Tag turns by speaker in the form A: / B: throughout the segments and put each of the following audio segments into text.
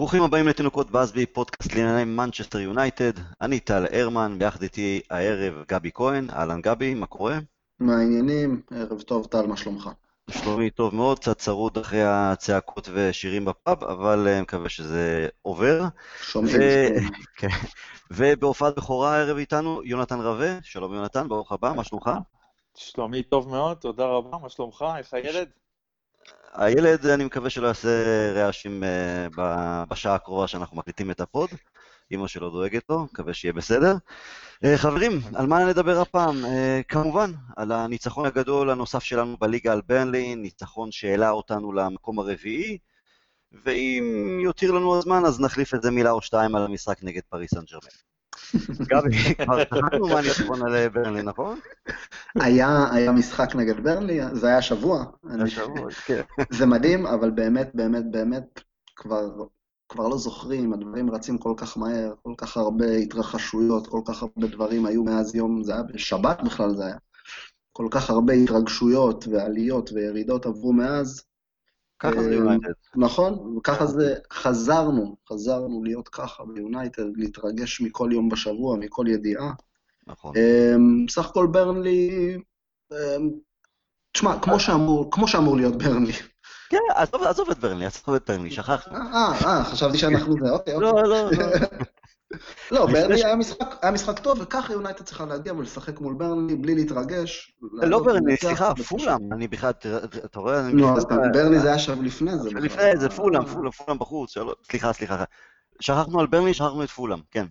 A: ברוכים הבאים לתינוקות באזבי, פודקאסט לענייני מנצ'סטר יונייטד. אני טל הרמן, ביחד איתי הערב גבי כהן. אהלן גבי, מה קורה?
B: מה העניינים? ערב טוב, טל, מה שלומך?
A: שלומי טוב מאוד, קצת צרוד אחרי הצעקות ושירים בפאב, אבל מקווה שזה עובר. ו...
B: שומעים.
A: כן. ובהופעת בכורה הערב איתנו יונתן רווה. שלום יונתן, ברוך הבא, מה שלומך?
C: שלומי טוב מאוד, תודה רבה, מה שלומך? איך הילד?
A: הילד, אני מקווה שלא יעשה רעשים בשעה הקרובה שאנחנו מקליטים את הפוד. אמא שלו דואגת לו, מקווה שיהיה בסדר. חברים, על מה נדבר הפעם? כמובן, על הניצחון הגדול הנוסף שלנו בליגה על ברנלי, ניצחון שהעלה אותנו למקום הרביעי, ואם יותיר לנו הזמן, אז נחליף את זה מילה או שתיים על המשחק נגד פריס סן ז'רמן. גבי, כבר שכחנו מה הניצחון על ברנלי, נכון?
B: היה משחק נגד ברנלי, זה היה שבוע.
A: כן.
B: זה מדהים, אבל באמת, באמת, באמת, כבר לא זוכרים, הדברים רצים כל כך מהר, כל כך הרבה התרחשויות, כל כך הרבה דברים היו מאז יום, זה היה בשבת בכלל זה היה. כל כך הרבה התרגשויות ועליות וירידות עברו מאז.
A: ככה זה יונייטד.
B: נכון, וככה זה, חזרנו להיות ככה ביונייטד, להתרגש מכל יום בשבוע, מכל ידיעה.
A: נכון.
B: סך הכל ברנלי, תשמע, כמו שאמור להיות ברנלי.
A: כן, עזוב את ברנלי, שכחנו.
B: חשבתי שאנחנו זה, אוקיי.
A: לא.
B: לא, ברנלי היה משחק טוב, וככה יונייטד צריכה להגיע ולשחק מול ברנלי בלי להתרגש.
A: לא ברנלי, סליחה, פולאם, אני בכלל, אתה רואה?
B: נו, אז ברנלי זה היה שב לפני זה.
A: לפני זה, פולאם בחוץ, סליחה. שכחנו על ברנלי, שכחנו את פולאם, כן.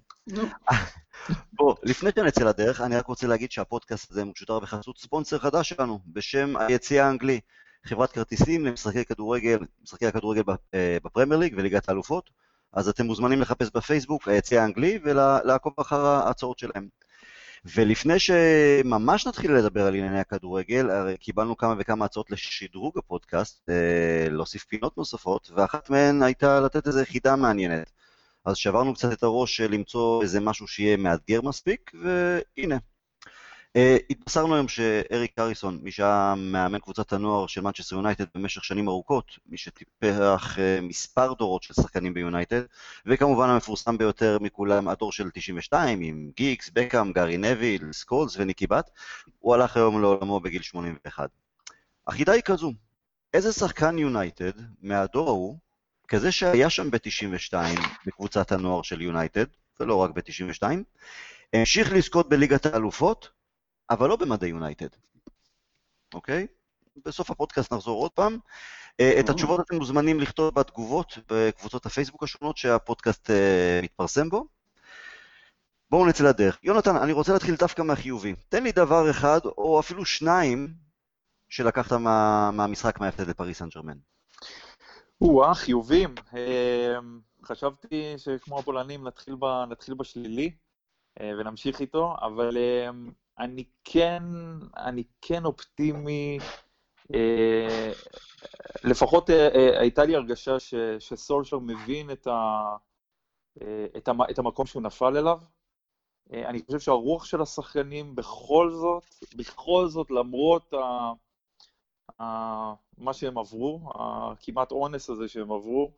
A: בוא, לפני שנצא לדרך, אני רק רוצה להגיד שהפודקאסט הזה משודר בחסות ספונסר חדש שלנו, בשם היציע האנגלי, חברת כרטיסים למשחקי הכדורגל בפרמייר ליג וליגת האלופות. אז אתם מוזמנים לחפש בפייסבוק היציע האנגלי ולעקוב אחר ההצעות שלהם. ולפני שממש נתחיל לדבר על ענייני הכדורגל, הרי קיבלנו כמה וכמה הצעות לשדרוג הפודקאסט, להוסיף פינות נוספות, ואחת מהן הייתה לתת איזו חידה מעניינת. אז שברנו קצת את הראש למצוא איזה משהו שיהיה מאתגר מספיק, והנה. התבשרנו היום שאריק הריסון, מי שהיה מאמן קבוצת הנוער של מנצ'סטר יונייטד במשך שנים ארוכות, מי שטיפח מספר דורות של שחקנים ביונייטד, וכמובן המפורסם ביותר מכולם, הדור של 92, עם גיגס, בקאם, גארי נביל, סקולס וניקי בת, הוא הלך היום לעולמו בגיל 81. החידה היא כזו, איזה שחקן יונייטד מהדור ההוא, כזה שהיה שם ב-92 בקבוצת הנוער של יונייטד, ולא רק ב-92, המשיך לזכות בליגת האלופות, אבל לא במדי יונייטד. אוקיי? בסוף הפודקאסט נחזור עוד פעם. את התשובות אתם מוזמנים לכתוב בתגובות בקבוצות הפייסבוק השונות שהפודקאסט מתפרסם בו. בואו נצא לדרך. יונתן, אני רוצה להתחיל דווקא מהחיובי. תן לי דבר אחד, או אפילו שניים, שלקחת מהמשחק מההפסד לפריס סן ז'רמן.
C: חיובים. חשבתי שכמו הפולנים נתחיל בשלילי ונמשיך איתו, אבל אני כן אופטימי, לפחות הייתה לי הרגשה שסולשר מבין את המקום שהוא נפל אליו. אני חושב שהרוח של השחקנים בכל זאת למרות מה שהם עברו, כמעט אונס הזה שהם עברו,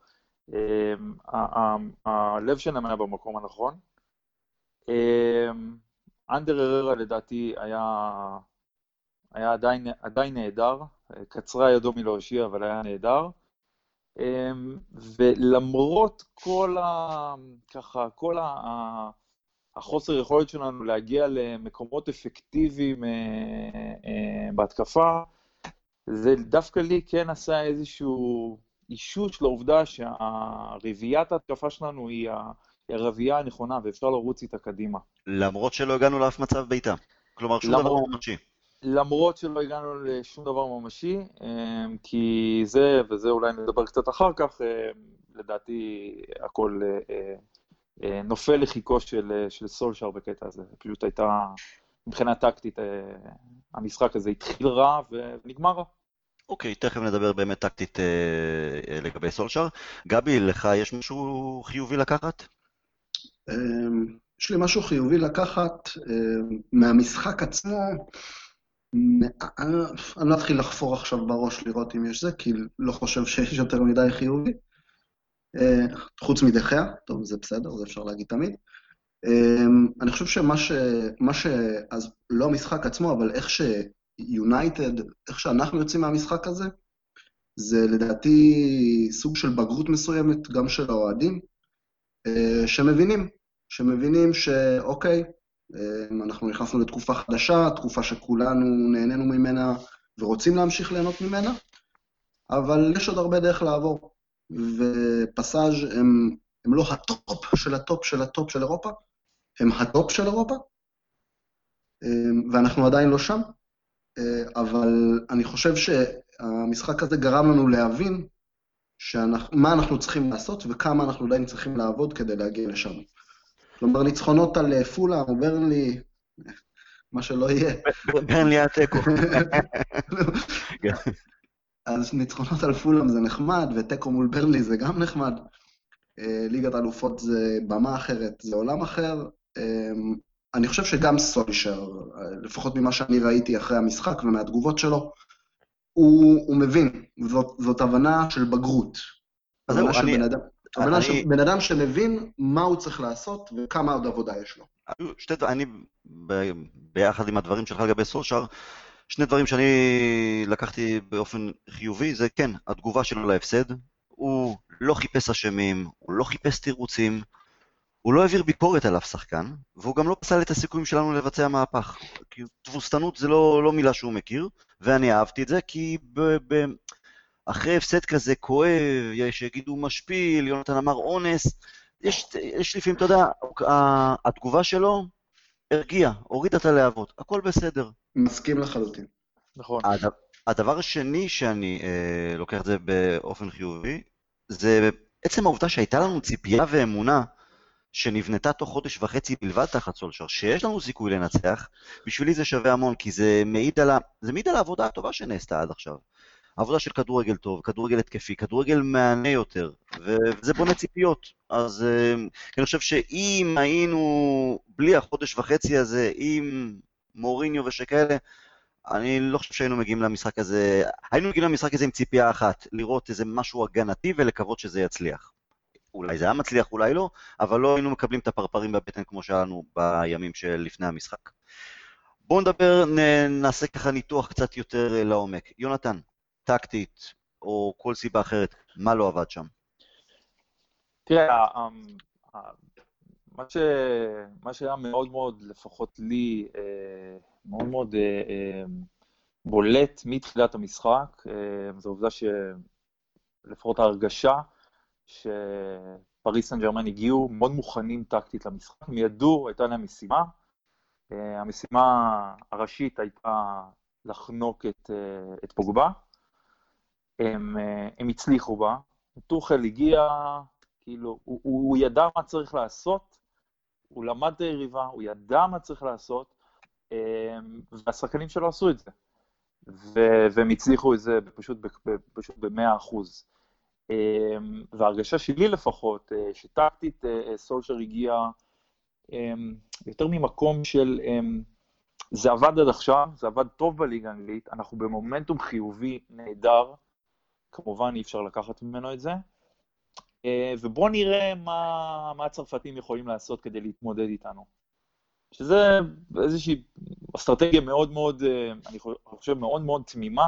C: הלב שלהם היה במקום הנכון. אנדר הררה לדעתי היה עדיין נהדר, קצרה ידו מלהושיע, אבל היה נהדר. ולמרות כל החוסר יכולת שלנו להגיע למקומות אפקטיביים בהתקפה, זה דווקא לי כן עשה איזשהו אישוש לעובדה שהרביעיית ההתקפה שלנו היא הרביעייה הנכונה, ואפשר לרוץ איתה קדימה.
A: למרות שלא הגענו לאף מצב ביתה. כלומר, שום דבר ממשי.
C: למרות שלא הגענו לשום דבר ממשי, כי וזה אולי נדבר קצת אחר כך, לדעתי הכל נופל לחיקו של סולשר בקטע הזה. פשוט הייתה, מבחינה טקטית, המשחק הזה התחיל רע ונגמר רע.
A: אוקיי, תכף נדבר באמת טקטית לגבי סולשר. גבי, לך יש משהו חיובי לקחת?
B: יש לי משהו חיובי לקחת מהמשחק עצמו. אני לא אתחיל לחפור עכשיו בראש לראות אם יש זה, כי לא חושב שיש יותר מדי חיובי. חוץ מדחיה, טוב, זה בסדר, זה אפשר להגיד תמיד. אני חושב אז לא המשחק עצמו, אבל איך שיונייטד, איך שאנחנו יוצאים מהמשחק הזה, זה לדעתי סוג של בגרות מסוימת, גם של האוהדים, שמבינים שאוקיי, אנחנו נכנסנו לתקופה חדשה, תקופה שכולנו נהנינו ממנה ורוצים להמשיך ליהנות ממנה, אבל יש עוד הרבה דרך לעבור. ופסאז' הם לא הטופ של הטופ של הטופ של אירופה, הם הטופ של אירופה, ואנחנו עדיין לא שם, אבל אני חושב שהמשחק הזה גרם לנו להבין מה אנחנו צריכים לעשות וכמה אנחנו עדיין צריכים לעבוד כדי להגיע לשם. כלומר, ניצחונות על פולה או ברנלי, מה שלא יהיה.
A: ברנלי היה תיקו.
B: אז ניצחונות על פולאם זה נחמד, וטקו מול ברנלי זה גם נחמד. ליגת האלופות זה במה אחרת, זה עולם אחר. אני חושב שגם סולישר, לפחות ממה שאני ראיתי אחרי המשחק ומהתגובות שלו, הוא מבין, זאת הבנה של בגרות. הבנה של בן אדם שמבין מה הוא צריך לעשות וכמה עוד עבודה יש לו.
A: אני, ביחד עם הדברים שלך לגבי סולישר, שני דברים שאני לקחתי באופן חיובי, זה כן, התגובה שלו להפסד, הוא לא חיפש אשמים, הוא לא חיפש תירוצים, הוא לא העביר ביקורת על אף שחקן, והוא גם לא פסל את הסיכויים שלנו לבצע מהפך. כי תבוסתנות זה לא מילה שהוא מכיר, ואני אהבתי את זה, כי אחרי הפסד כזה כואב, שיגידו משפיל, יונתן אמר אונס, יש לפעמים, אתה יודע, התגובה שלו הרגיעה, הורידה את הלהבות, הכל בסדר.
B: מסכים לחלוטין.
C: נכון.
A: הדבר השני שאני לוקח את זה באופן חיובי, זה עצם העובדה שהייתה לנו ציפייה ואמונה, שנבנתה תוך חודש וחצי בלבד תחת סולשר, שיש לנו סיכוי לנצח, בשבילי זה שווה המון, כי זה מעיד על העבודה הטובה שנעשתה עד עכשיו. עבודה של כדורגל טוב, כדורגל התקפי, כדורגל מענה יותר, וזה בונה ציפיות. אז אני חושב שאם היינו בלי החודש וחצי הזה, עם מוריניו ושכאלה, אני לא חושב שהיינו מגיעים למשחק הזה, היינו מגיעים למשחק הזה עם ציפייה אחת, לראות איזה משהו הגנתי ולקוות שזה יצליח. אולי זה היה מצליח, אולי לא, אבל לא היינו מקבלים את הפרפרים בבטן כמו שלנו בימים של לפני המשחק. בואו נעשה ככה ניתוח קצת יותר לעומק. יונתן, טקטית או כל סיבה אחרת, מה לא עבד שם?
C: תראה, מה שהיה מאוד מאוד, לפחות לי, מאוד מאוד בולט מתחילת המשחק, זו עובדה שלפחות ההרגשה שפריס סן ז'רמן הגיעו מאוד מוכנים טקטית למשחק, הם ידעו, הייתה להם משימה, המשימה הראשית הייתה לחנוק את פוגבה, הם הצליחו בה, טוחל הגיע, כאילו, הוא ידע מה צריך לעשות, הוא למד את היריבה, הוא ידע מה צריך לעשות, והשחקנים שלו עשו את זה, והם הצליחו את זה פשוט ב-100%. וההרגשה שלי לפחות, שטקטית סולשר הגיע יותר ממקום של, זה עבד עד עכשיו, זה עבד טוב בליגה האנגלית, אנחנו במומנטום חיובי נהדר, כמובן אי אפשר לקחת ממנו את זה, ובואו נראה מה הצרפתים יכולים לעשות כדי להתמודד איתנו. שזה איזושהי אסטרטגיה מאוד מאוד, אני חושב מאוד מאוד תמימה,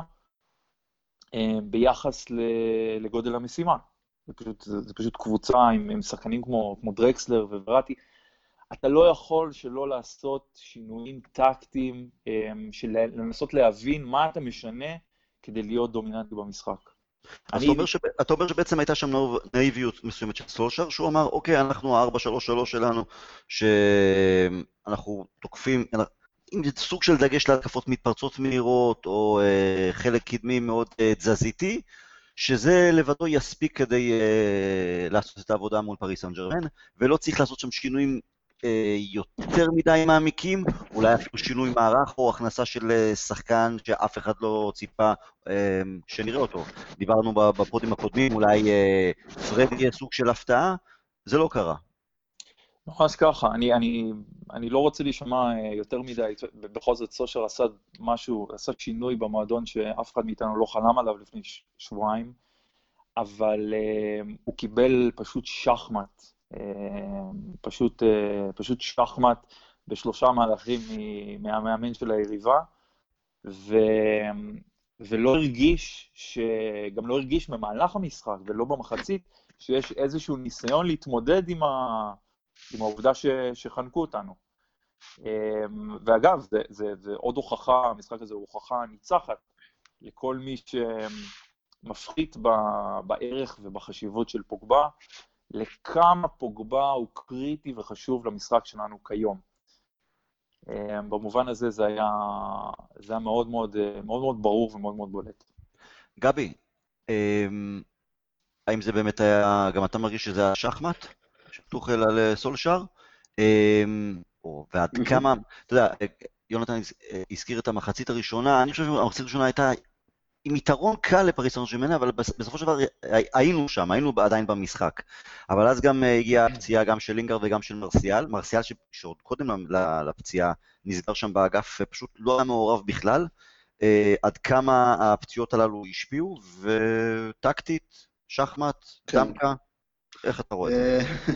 C: ביחס לגודל המשימה. זה פשוט קבוצה עם שחקנים כמו דרקסלר ובראטי. אתה לא יכול שלא לעשות שינויים טקטיים, של לנסות להבין מה אתה משנה כדי להיות דומיננטי במשחק.
A: אתה אומר שבעצם הייתה שם נאיביות מסוימת של סולשר, שהוא אמר, אוקיי, אנחנו ה-4-3-3 שלנו, שאנחנו תוקפים, עם סוג של דגש להתקפות מתפרצות מהירות, או חלק קדמי מאוד תזזיתי, שזה לבדו יספיק כדי לעשות את העבודה מול פריס סן ז'רמן, ולא צריך לעשות שם שינויים יותר מדי מעמיקים, אולי אפילו שינוי מערך או הכנסה של שחקן שאף אחד לא ציפה שנראה אותו. דיברנו בפודים הקודמים, אולי פרד יהיה סוג של הפתעה, זה לא קרה.
C: ממש ככה, אני לא רוצה להישמע יותר מדי, בכל זאת סושר עשה משהו, עשה שינוי במועדון שאף אחד מאיתנו לא חלם עליו לפני שבועיים, אבל הוא קיבל פשוט שחמט, פשוט שחמט בשלושה מהלכים מהמאמן של היריבה, ולא הרגיש, גם לא הרגיש במהלך המשחק ולא במחצית, שיש איזשהו ניסיון להתמודד עם העובדה שחנקו אותנו. ואגב, זה עוד הוכחה, המשחק הזה הוא הוכחה ניצחת לכל מי שמפחית בערך ובחשיבות של פוגבה, לכמה פוגבה הוא קריטי וחשוב למשחק שלנו כיום. במובן הזה זה היה מאוד מאוד ברור ומאוד מאוד בולט.
A: גבי, האם זה באמת היה, גם אתה מרגיש שזה היה שחמט, שטוחל על סולשר? ועד כמה, אתה יודע, יונתן הזכיר את המחצית הראשונה, אני חושב שהמחצית הראשונה הייתה עם יתרון קל לפריס סן ז'רמן, אבל בסופו של דבר היינו שם, היינו עדיין במשחק. אבל אז גם הגיעה הפציעה גם של לינגארד וגם של מרסיאל, מרסיאל שעוד קודם לפציעה נסגר שם באגף, פשוט לא היה מעורב בכלל, עד כמה הפציעות הללו השפיעו, וטקטית, שחמט, דמקה, איך אתה רואה את זה?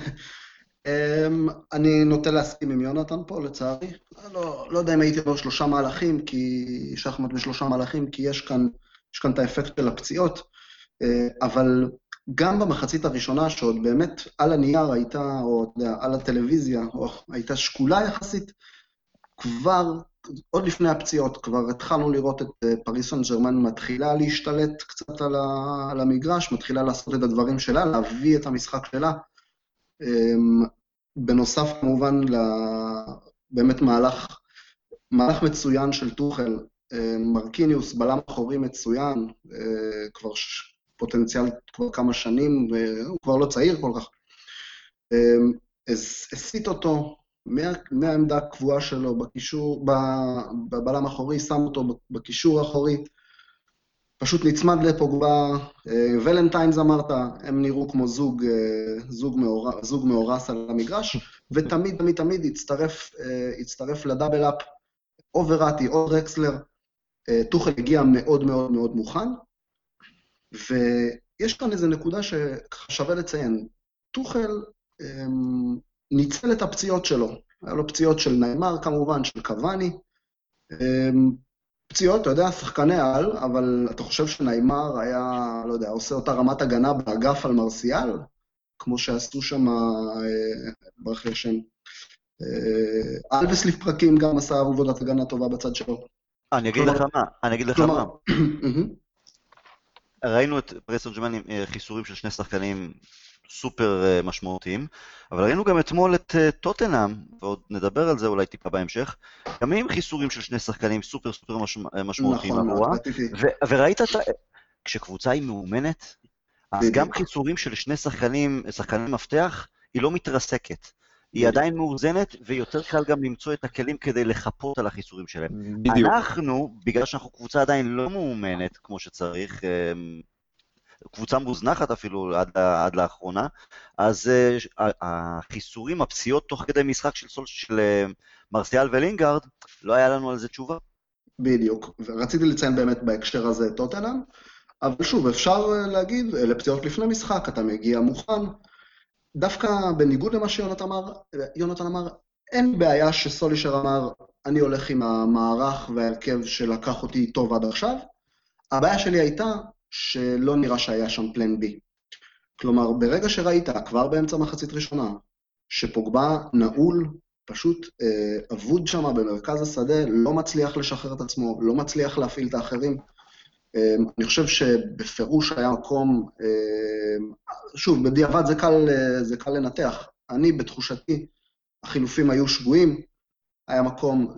B: אני נוטה להסכים עם יונתן פה, לצערי. לא יודע אם הייתי אומר שלושה מהלכים, שחמט בשלושה מהלכים, כי יש כאן את האפקט של הפציעות, אבל גם במחצית הראשונה, שעוד באמת על הנייר הייתה, או על הטלוויזיה, או הייתה שקולה יחסית, כבר, עוד לפני הפציעות, כבר התחלנו לראות את פריס סן ז'רמן מתחילה להשתלט קצת על המגרש, מתחילה לעשות את הדברים שלה, להביא את המשחק שלה. בנוסף כמובן באמת מהלך מצוין של טוחל, מרקיניוס בלם אחורי מצוין, כבר פוטנציאל כבר כמה שנים, הוא כבר לא צעיר כל כך, הסיט אותו מהעמדה הקבועה שלו בקישור, בבלם אחורי, שם אותו בקישור האחורי, פשוט נצמד לפוגבה, ולנטיינס אמרת, הם נראו כמו זוג מאורס על המגרש, ותמיד תמיד תמיד הצטרף לדאבל-אפ, או וראטי או רקסלר, טוחל הגיע מאוד מאוד מאוד מוכן, ויש כאן איזו נקודה ששווה לציין, טוחל ניצל את הפציעות שלו, היה לו פציעות של ניימר כמובן, של קוואני, פציעות, אתה יודע, שחקני על, אבל אתה חושב שניימר היה, לא יודע, עושה אותה רמת הגנה באגף על מרסיאל, כמו שעשו שם, ברח לי השם, אלבס לפרקים גם עשה עבודת הגנה טובה בצד שלו.
A: אני אגיד לך מה. ראינו את פריס סן ז'רמן עם חיסורים של שני שחקנים סופר משמעותיים, אבל ראינו גם אתמול את טוטנהאם, ועוד נדבר על זה אולי טיפה בהמשך, גם עם חיסורים של שני שחקנים סופר משמעותיים עבורה, וראית כשקבוצה היא מאומנת, אז גם חיסורים של שני שחקני מפתח, היא לא מתרסקת. היא עדיין מאוזנת, ויותר קל גם למצוא את הכלים כדי לחפות על החיסורים שלהם. אנחנו, בגלל שאנחנו קבוצה עדיין לא מאומנת, כמו שצריך, קבוצה מוזנחת אפילו עד לאחרונה, אז החיסורים, הפציעות תוך כדי משחק של מרסיאל ולינגארד, לא היה לנו על זה תשובה.
B: בדיוק, ורציתי לציין באמת בהקשר הזה את טוטנהאם, אבל שוב, אפשר להגיד, לפציעות לפני משחק, אתה מגיע מוכן, דווקא בניגוד למה שיונתן אמר, אין בעיה שסולישר אמר, אני הולך עם המערך וההרכב שלקח אותי טוב עד עכשיו, הבעיה שלי הייתה שלא נראה שהיה שם פלן בי. כלומר, ברגע שראית, כבר באמצע מחצית ראשונה, שפוגבה נעול, פשוט עבוד שם במרכז השדה, לא מצליח לשחרר את עצמו, לא מצליח להפעיל את האחרים, אני חושב שבפירוש היה מקום, שוב, בדיעבד זה קל לנתח. אני, בתחושתי, החילופים היו שגויים, היה מקום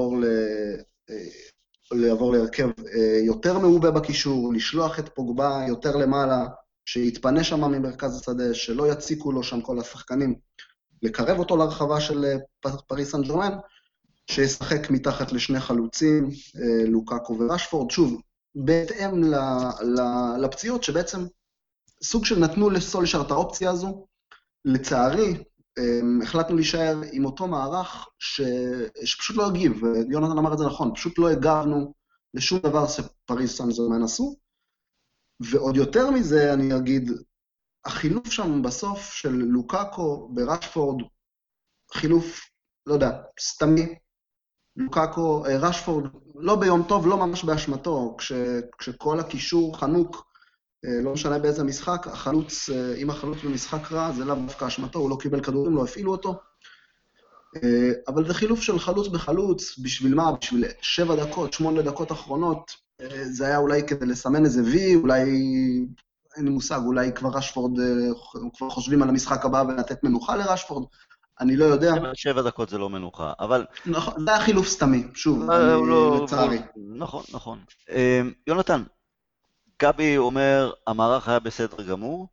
B: לעבור להרכב יותר מעובה בקישור, לשלוח את פוגבה יותר למעלה, שיתפנה שם ממרכז השדה, שלא יציקו לו שם כל השחקנים, לקרב אותו לרחבה של פריס סן ז'רמן, שישחק מתחת לשני חלוצים, לוקאקו ורשפורד, שוב, בהתאם לפציעות שבעצם סוג של נתנו לסולשר את האופציה הזו. לצערי, החלטנו להישאר עם אותו מערך שפשוט לא הגיב, ויונתן אמר את זה נכון, פשוט לא הגבנו לשום דבר שפריס סן ז'רמן עשו, ועוד יותר מזה, אני אגיד, החילוף שם בסוף של לוקאקו ברשפורד, חילוף, לא יודע, סתמי. לוקאקו, רשפורד, לא ביום טוב, לא ממש באשמתו, כשכל הקישור חנוק, לא משנה באיזה משחק, החלוץ, אם החלוץ במשחק רע, זה לאו דווקא אשמתו, הוא לא קיבל כדורים, לא הפעילו אותו. אבל זה חילוף של חלוץ בחלוץ, בשביל מה? בשביל 7 דקות, 8 דקות אחרונות, זה היה אולי כדי לסמן איזה וי, אולי, אין לי מושג, אולי כבר רשפורד, כבר חושבים על המשחק הבא ולתת מנוחה לרשפורד, אני לא יודע.
A: 7 דקות זה לא מנוחה, אבל...
B: נכון, זה היה חילוף סתמי, שוב, לצערי.
A: נכון, נכון. יונתן, גבי אומר, המערך היה בסדר גמור,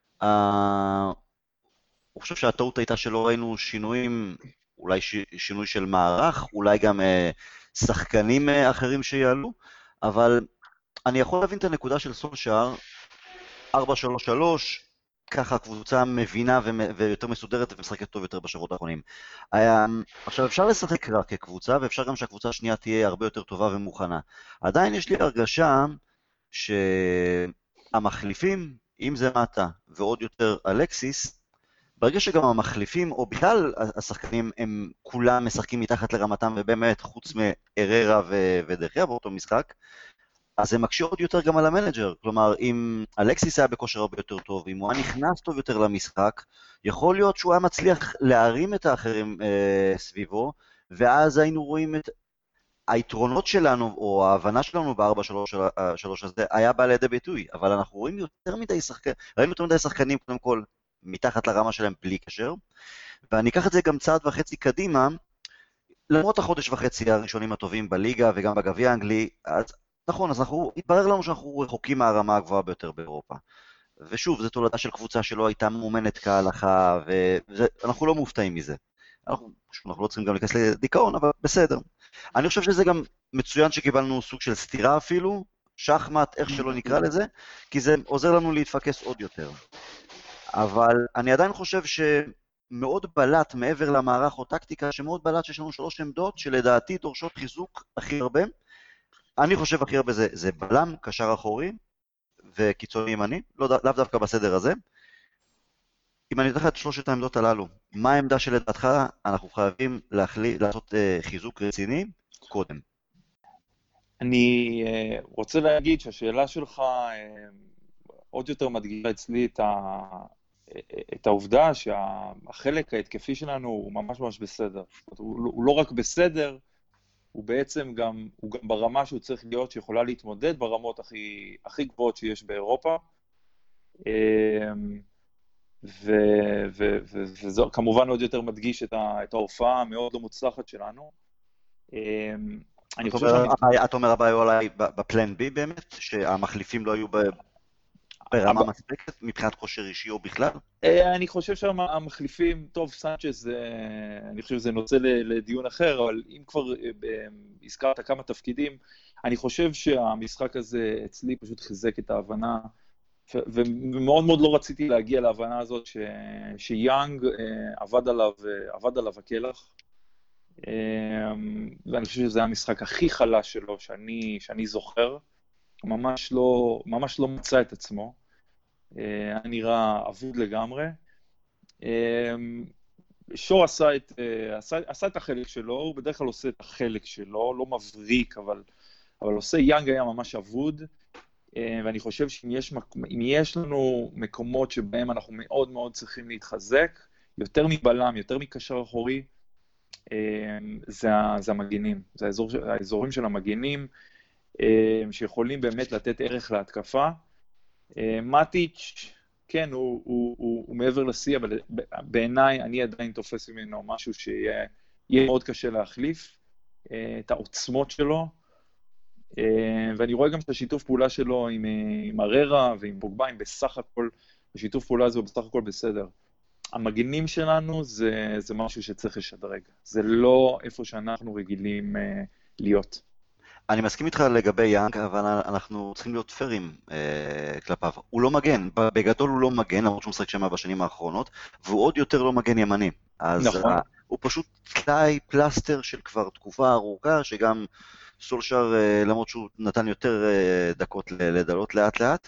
A: הוא חושב שהטעות הייתה שלא ראינו שינויים, אולי שינוי של מערך, אולי גם שחקנים אחרים שיעלו, אבל אני יכול להבין את הנקודה של סולשאר, 4-3-3, ככה הקבוצה מבינה ויותר מסודרת ומשחקת טוב יותר בשבועות האחרונים. עכשיו אפשר לשחק רק כקבוצה, ואפשר גם שהקבוצה השנייה תהיה הרבה יותר טובה ומוכנה. עדיין יש לי הרגשה שהמחליפים, אם זה מטה ועוד יותר אלקסיס, ברגע שגם המחליפים, או בכלל השחקנים, הם כולם משחקים מתחת לרמתם, ובאמת חוץ מאררה ודחיה באותו משחק, אז זה מקשה עוד יותר גם על המנג'ר. כלומר, אם אלקסיס היה בכושר הרבה יותר טוב, אם הוא היה נכנס טוב יותר למשחק, יכול להיות שהוא היה מצליח להרים את האחרים סביבו, ואז היינו רואים את היתרונות שלנו, או ההבנה שלנו ב-4-3-3 הזה, היה בא לידי ביטוי, אבל אנחנו רואים יותר מדי שחקנים, ראינו יותר מדי שחקנים, קודם כל, מתחת לרמה שלהם בלי קשר, ואני אקח את זה גם צעד וחצי קדימה, למרות החודש וחצי הראשונים הטובים בליגה וגם בגביע האנגלי, אז נכון, אז התברר לנו שאנחנו רחוקים מהרמה הגבוהה ביותר באירופה. ושוב, זו תולדה של קבוצה שלא הייתה מאומנת כהלכה, ואנחנו לא מופתעים מזה. אנחנו לא צריכים גם להיכנס לדיכאון, אבל בסדר. אני חושב שזה גם מצוין שקיבלנו סוג של סתירה אפילו, שחמט, איך שלא נקרא לזה, כי זה עוזר לנו להתפקס עוד יותר. אבל אני עדיין חושב שמאוד בלט מעבר למערך או טקטיקה, שמאוד בלט שיש לנו 3 עמדות שלדעתי דורשות חיזוק הכי הרבה. אני חושב הכי הרבה זה בלם, קשר אחורי וקיצוני ימני, לאו דווקא בסדר הזה. אם אני אתן לך את 3 העמדות הללו, מה העמדה שלדעתך אנחנו חייבים לעשות חיזוק רציני קודם?
C: אני רוצה להגיד שהשאלה שלך עוד יותר מדגישה אצלי את העובדה שהחלק ההתקפי שלנו הוא ממש ממש בסדר. הוא לא רק בסדר, הוא בעצם גם ברמה שהוא צריך להיות, שיכולה להתמודד ברמות הכי גבוהות שיש באירופה. וזה כמובן עוד יותר מדגיש את ההופעה המאוד לא מוצלחת שלנו.
A: אתה אומר הבעיה אולי בפלן בי באמת, שהמחליפים לא היו ברמה מספקת מבחינת כושר אישי או בכלל?
C: אני חושב שהמחליפים, טוב, סנצ'ז, אני חושב שזה נושא לדיון אחר, אבל אם כבר הזכרת כמה תפקידים, אני חושב שהמשחק הזה אצלי פשוט חיזק את ההבנה, ומאוד מאוד לא רציתי להגיע להבנה הזאת שיאנג עבד עליו הקלח, ואני חושב שזה המשחק הכי חלש שלו שאני זוכר, ממש לא מצא את עצמו, היה נראה אבוד לגמרי. שו עשה את החלק שלו, הוא בדרך כלל עושה את החלק שלו, לא מבריק, אבל עושה. יאנג היה ממש אבוד, ואני חושב שאם יש לנו מקומות שבהם אנחנו מאוד מאוד צריכים להתחזק, יותר מבלם, יותר מקשר אחורי, זה המגינים, זה האזורים של המגינים, שיכולים באמת לתת ערך להתקפה. מטיץ', כן, הוא מעבר לשיא, אבל בעיניי אני עדיין תופס ממנו משהו שיהיה מאוד קשה להחליף, את העוצמות שלו, ואני רואה גם את השיתוף פעולה שלו עם אררה ועם בוגביים, בסך הכל, השיתוף פעולה הזה הוא בסך הכל בסדר. המגינים שלנו זה משהו שצריך לשדרג, זה לא איפה שאנחנו רגילים להיות.
A: אני מסכים איתך לגבי יאנג, אבל אנחנו צריכים להיות פיירים כלפיו. הוא לא מגן, בגדול הוא לא מגן, למרות שהוא משחק שם בשנים האחרונות, והוא עוד יותר לא מגן ימני. אז
C: נכון.
A: הוא פשוט תלאי פלסטר של כבר תקופה ארוכה, שגם סולשר, למרות שהוא נתן יותר דקות לדלות לאט לאט,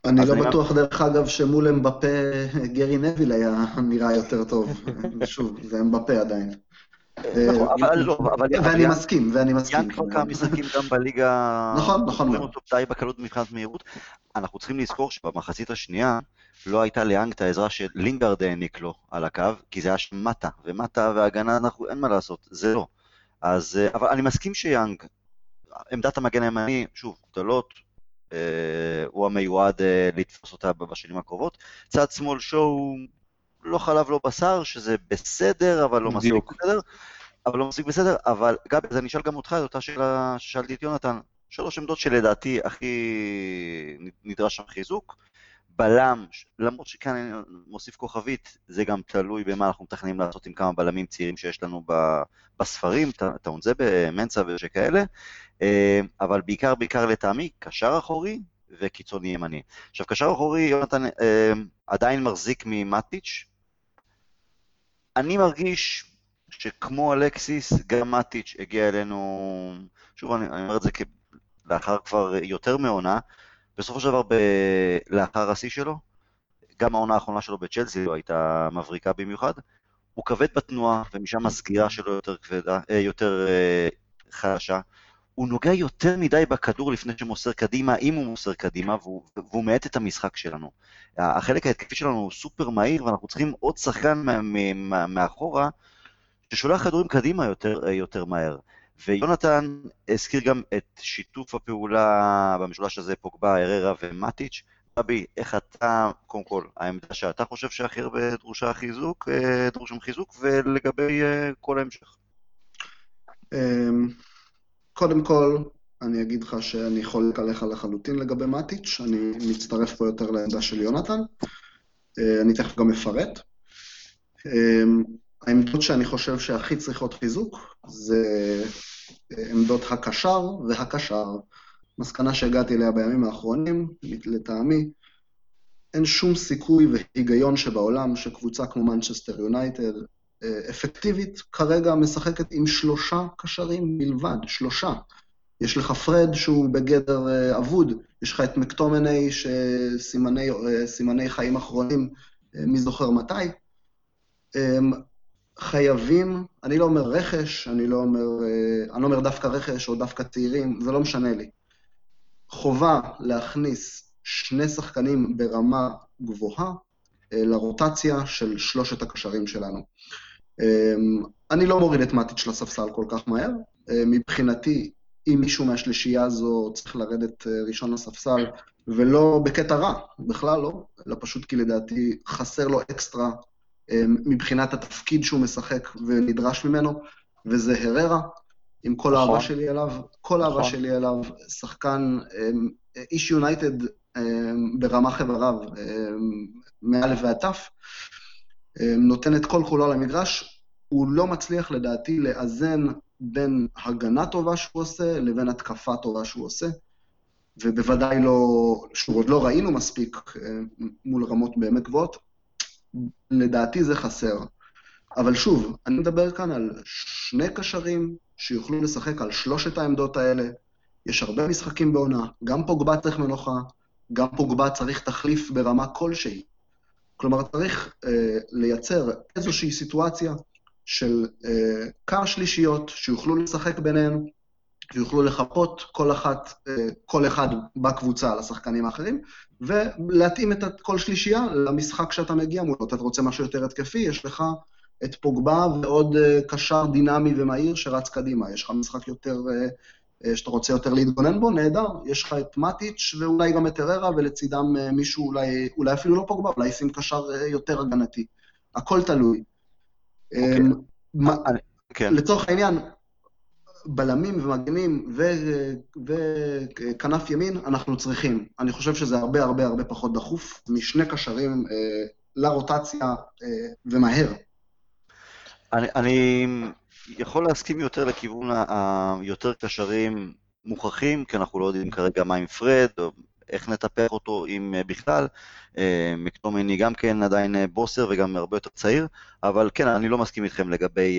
B: אני לא בטוח דרך אגב שמול אמבפה גרי נביל היה נראה יותר טוב. שוב, זה אמבפה עדיין.
A: נכון, אבל לא,
B: ואני מסכים.
A: יאנג כבר כמה משחקים גם בליגה,
B: נכון.
A: רואים אותו די בקלות מבחינת מהירות. אנחנו צריכים לזכור שבמחצית השנייה לא הייתה ליאנג את העזרה שלינגארד העניק לו על הקו, כי זה היה שם מטה, ומטה והגנה, אין מה לעשות, זה לא. אז, אבל אני מסכים שיאנג, עמדת המגן הימני, שוב, גדולות, הוא המיועד לתפוס אותה בשנים הקרובות. צד שמאל שואו, לא חלב לא בשר, שזה בסדר, אבל לא מספיק בסדר. אבל גבי, אז אני אשאל גם אותך את אותה שאלה ששאלתי את יונתן, 3 עמדות שלדעתי הכי נדרש שם חיזוק, בלם, למרות שכאן אני מוסיף כוכבית, זה גם תלוי במה אנחנו מתכננים לעשות עם כמה בלמים צעירים שיש לנו בספרים, טאונזה במנצה ושכאלה, אבל בעיקר לטעמי, קשר אחורי וקיצוני ימני. עכשיו, קשר אחורי, יונתן עדיין מחזיק ממטיץ', אני מרגיש שכמו אלקסיס, גם מטיץ' הגיע אלינו, שוב אני אומר את זה לאחר כבר יותר מעונה, בסופו של דבר לאחר השיא שלו, גם העונה האחרונה שלו בצ'לסי לא הייתה מבריקה במיוחד, הוא כבד בתנועה ומשם הסגירה שלו יותר חלשה, הוא נוגע יותר מדי בכדור לפני שמוסר קדימה, אם הוא מוסר קדימה, והוא מעט את המשחק שלנו. החלק ההתקפי שלנו הוא סופר מהיר, ואנחנו צריכים עוד שחקן מאחורה, ששולח כדורים קדימה יותר מהר. ויונתן הזכיר גם את שיתוף הפעולה במשולש הזה, פוגבה, אררה ומטיץ'. רבי, איך אתה, קודם כל, העמדה שאתה חושב שהכי הרבה דרושם חיזוק, ולגבי כל ההמשך?
B: קודם כל, אני אגיד לך שאני חולק עליך לחלוטין לגבי מטיץ', אני מצטרף פה יותר לעמדה של יונתן, אני תכף גם מפרט. העמדות שאני חושב שהכי צריכות חיזוק, זה עמדות הקשר והקשר. מסקנה שהגעתי אליה בימים האחרונים, לטעמי, אין שום סיכוי והיגיון שבעולם שקבוצה כמו מנצ'סטר יונייטד, אפקטיבית, כרגע משחקת עם 3 קשרים בלבד, 3. יש לך פרד שהוא בגדר אבוד, יש לך את מקטומני שסימני חיים אחרונים, מי זוכר מתי. חייבים, אני לא אומר רכש, אני לא אומר דווקא רכש או דווקא צעירים, זה לא משנה לי. חובה להכניס 2 שחקנים ברמה גבוהה לרוטציה של 3 הקשרים שלנו. אני לא מוריד את מטיץ' לספסל כל כך מהר. מבחינתי, אם מישהו מהשלישייה הזו צריך לרדת ראשון לספסל, ולא בקטע רע, בכלל לא, אלא פשוט כי לדעתי חסר לו אקסטרה מבחינת התפקיד שהוא משחק ונדרש ממנו, וזה הררה, עם כל האהבה שלי אליו, שחקן איש יונייטד ברמה חבריו, מאלף ועד תף, נותן את כל כולו למגרש, הוא לא מצליח לדעתי לאזן בין הגנה טובה שהוא עושה לבין התקפה טובה שהוא עושה, ובוודאי לא, שהוא עוד לא ראינו מספיק מול רמות באמת גבוהות, לדעתי זה חסר. אבל שוב, אני מדבר כאן על 2 קשרים שיוכלו לשחק על 3 העמדות האלה, יש הרבה משחקים בעונה, גם פוגבה צריך מנוחה, גם פוגבה צריך תחליף ברמה כלשהי. כלומר, צריך לייצר איזושהי סיטואציה של כמה שלישיות שיוכלו לשחק ביניהם, שיוכלו לחפות כל אחד בקבוצה על השחקנים האחרים, ולהתאים את כל שלישייה למשחק שאתה מגיע מולו. אתה רוצה משהו יותר התקפי, יש לך את פוגבה ועוד קשר דינמי ומהיר שרץ קדימה. יש לך משחק יותר, שאתה רוצה יותר להתגונן בו, נהדר. יש לך את מטיץ' ואולי גם את אררה, ולצידם מישהו אולי אפילו לא פוגבה, אולי שים קשר יותר הגנתי. הכל תלוי. לצורך העניין, בלמים ומגנים וכנף ימין אנחנו צריכים. אני חושב שזה הרבה פחות דחוף, משני קשרים לרוטציה ומהר.
A: אני יכול להסכים יותר לכיוון היותר קשרים מוכחים, כי אנחנו לא יודעים כרגע מה עם פרד, או איך נטפח אותו אם בכלל. מקטומני גם כן עדיין בוסר וגם הרבה יותר צעיר, אבל כן, אני לא מסכים איתכם לגבי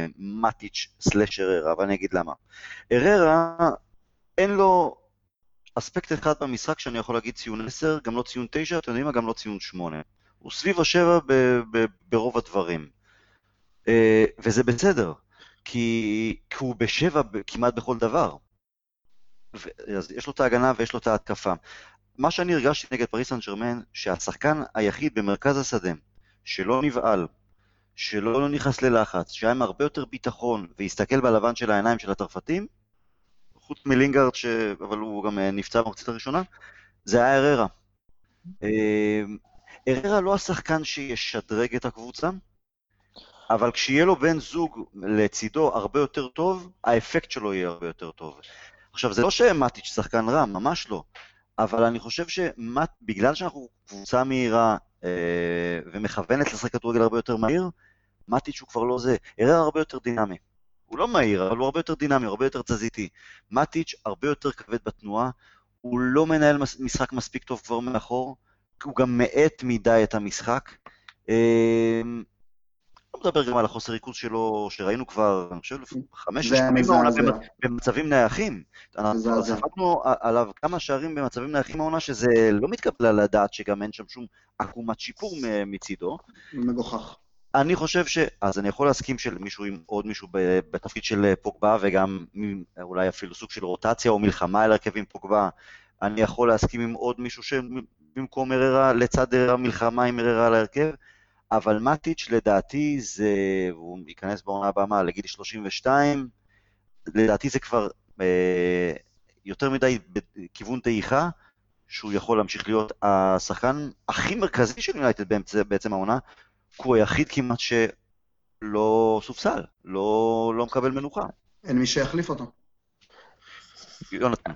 A: מטיץ' סלש אררה, אבל אני אגיד למה. אררה, אין לו אספקט אחד במשחק שאני יכול להגיד ציון 10, גם לא ציון 9, אתם יודעים מה? גם לא ציון 8. הוא סביב ה7 ברוב הדברים. וזה בסדר, כי הוא ב7 כמעט בכל דבר. אז יש לו את ההגנה ויש לו את ההתקפה. מה שאני הרגשתי נגד פריס סן ז'רמן, שהשחקן היחיד במרכז השדה, שלא נבעל, שלא נכנס ללחץ, שהיה עם הרבה יותר ביטחון, והסתכל בלבן של העיניים של התרפתים, חוץ מלינגארד, אבל הוא גם נפצע במחצית הראשונה, זה היה אררה. אררה לא השחקן שישדרג את הקבוצה, אבל כשיהיה לו בן זוג לצידו הרבה יותר טוב, האפקט שלו יהיה הרבה יותר טוב. עכשיו, זה לא שמטיץ' שחקן רע, ממש לא. אבל אני חושב שבגלל שאנחנו קבוצה מהירה ומכוונת לשחק כדורגל הרבה יותר מהיר, מטיץ' הוא כבר לא זה. אררה הרבה יותר דינמי. הוא לא מהיר, אבל הוא הרבה יותר דינמי, הרבה יותר תזיתי. מטיץ' הרבה יותר כבד בתנועה, הוא לא מנהל משחק מספיק טוב כבר מאחור, הוא גם מעט מדי את המשחק. לא מדבר גם על החוסר ריכוז שלו, שראינו כבר, אני חושב, 5-6 במצבים נייחים. אנחנו ספקנו עליו כמה שערים במצבים נייחים העונה, שזה לא מתקבל על הדעת שגם אין שם שום עקומת שיפור מצידו.
B: מגוחך.
A: אני חושב אז אני יכול להסכים שמישהו עם עוד מישהו בתפקיד של פוגבה, וגם אולי אפילו סוג של רוטציה או מלחמה על הרכב עם פוגבה. אני יכול להסכים עם עוד מישהו שבמקום אררה, לצד המלחמה עם אררה על הרכב. אבל מטיץ' לדעתי הוא ייכנס בעונה הבאה לגיל 32, לדעתי זה כבר יותר מדי בכיוון דעיכה, שהוא יכול להמשיך להיות השחקן הכי מרכזי של יונייטד בעצם העונה, כי הוא היחיד כמעט שלא סופסל, לא מקבל מנוחה.
B: אין מי שיחליף אותו.
A: יונתן.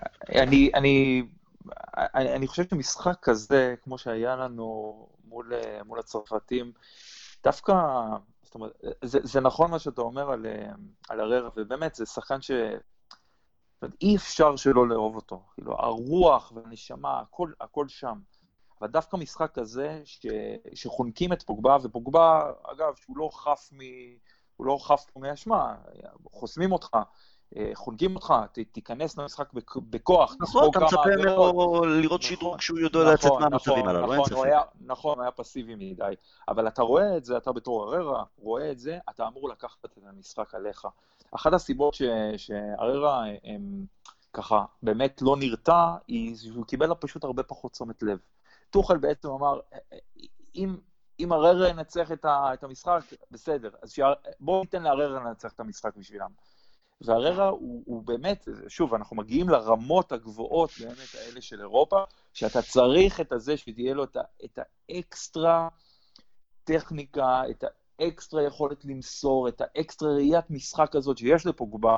C: אני חושב שמשחק כזה, כמו שהיה לנו מול הצרפתים, דווקא, זאת אומרת, זה נכון מה שאתה אומר על אררה, ובאמת זה שחקן אי אפשר שלא לאהוב אותו, כאילו הרוח והנשמה, הכל שם. אבל דווקא משחק כזה שחונקים את פוגבה, ופוגבה, אגב, שהוא לא חף מאשמה, חוסמים אותך, חונקים אותך, תיכנס למשחק בכוח.
A: נכון, אתה מצפה ממנו לראות שידור כשהוא יודע לצאת מהמצבים הללו, לא אין ספק.
C: נכון, היה פסיבי מדי, אבל אתה רואה את זה, אתה בתור אררה, רואה את זה, אתה אמור לקחת את המשחק עליך. אחת הסיבות שאררה ככה באמת לא נרתע, היא שהוא קיבל פשוט הרבה פחות תשומת לב. טוחל בעצם אמר, אם אררה ינצח את המשחק, בסדר, אז בואו ניתן לאררה לנצח את המשחק בשבילם. והררה הוא באמת, שוב, אנחנו מגיעים לרמות הגבוהות באמת האלה של אירופה, שאתה צריך את הזה שתהיה לו את האקסטרה טכניקה, את האקסטרה יכולת למסור, את האקסטרה ראיית משחק הזאת שיש לפוגבה,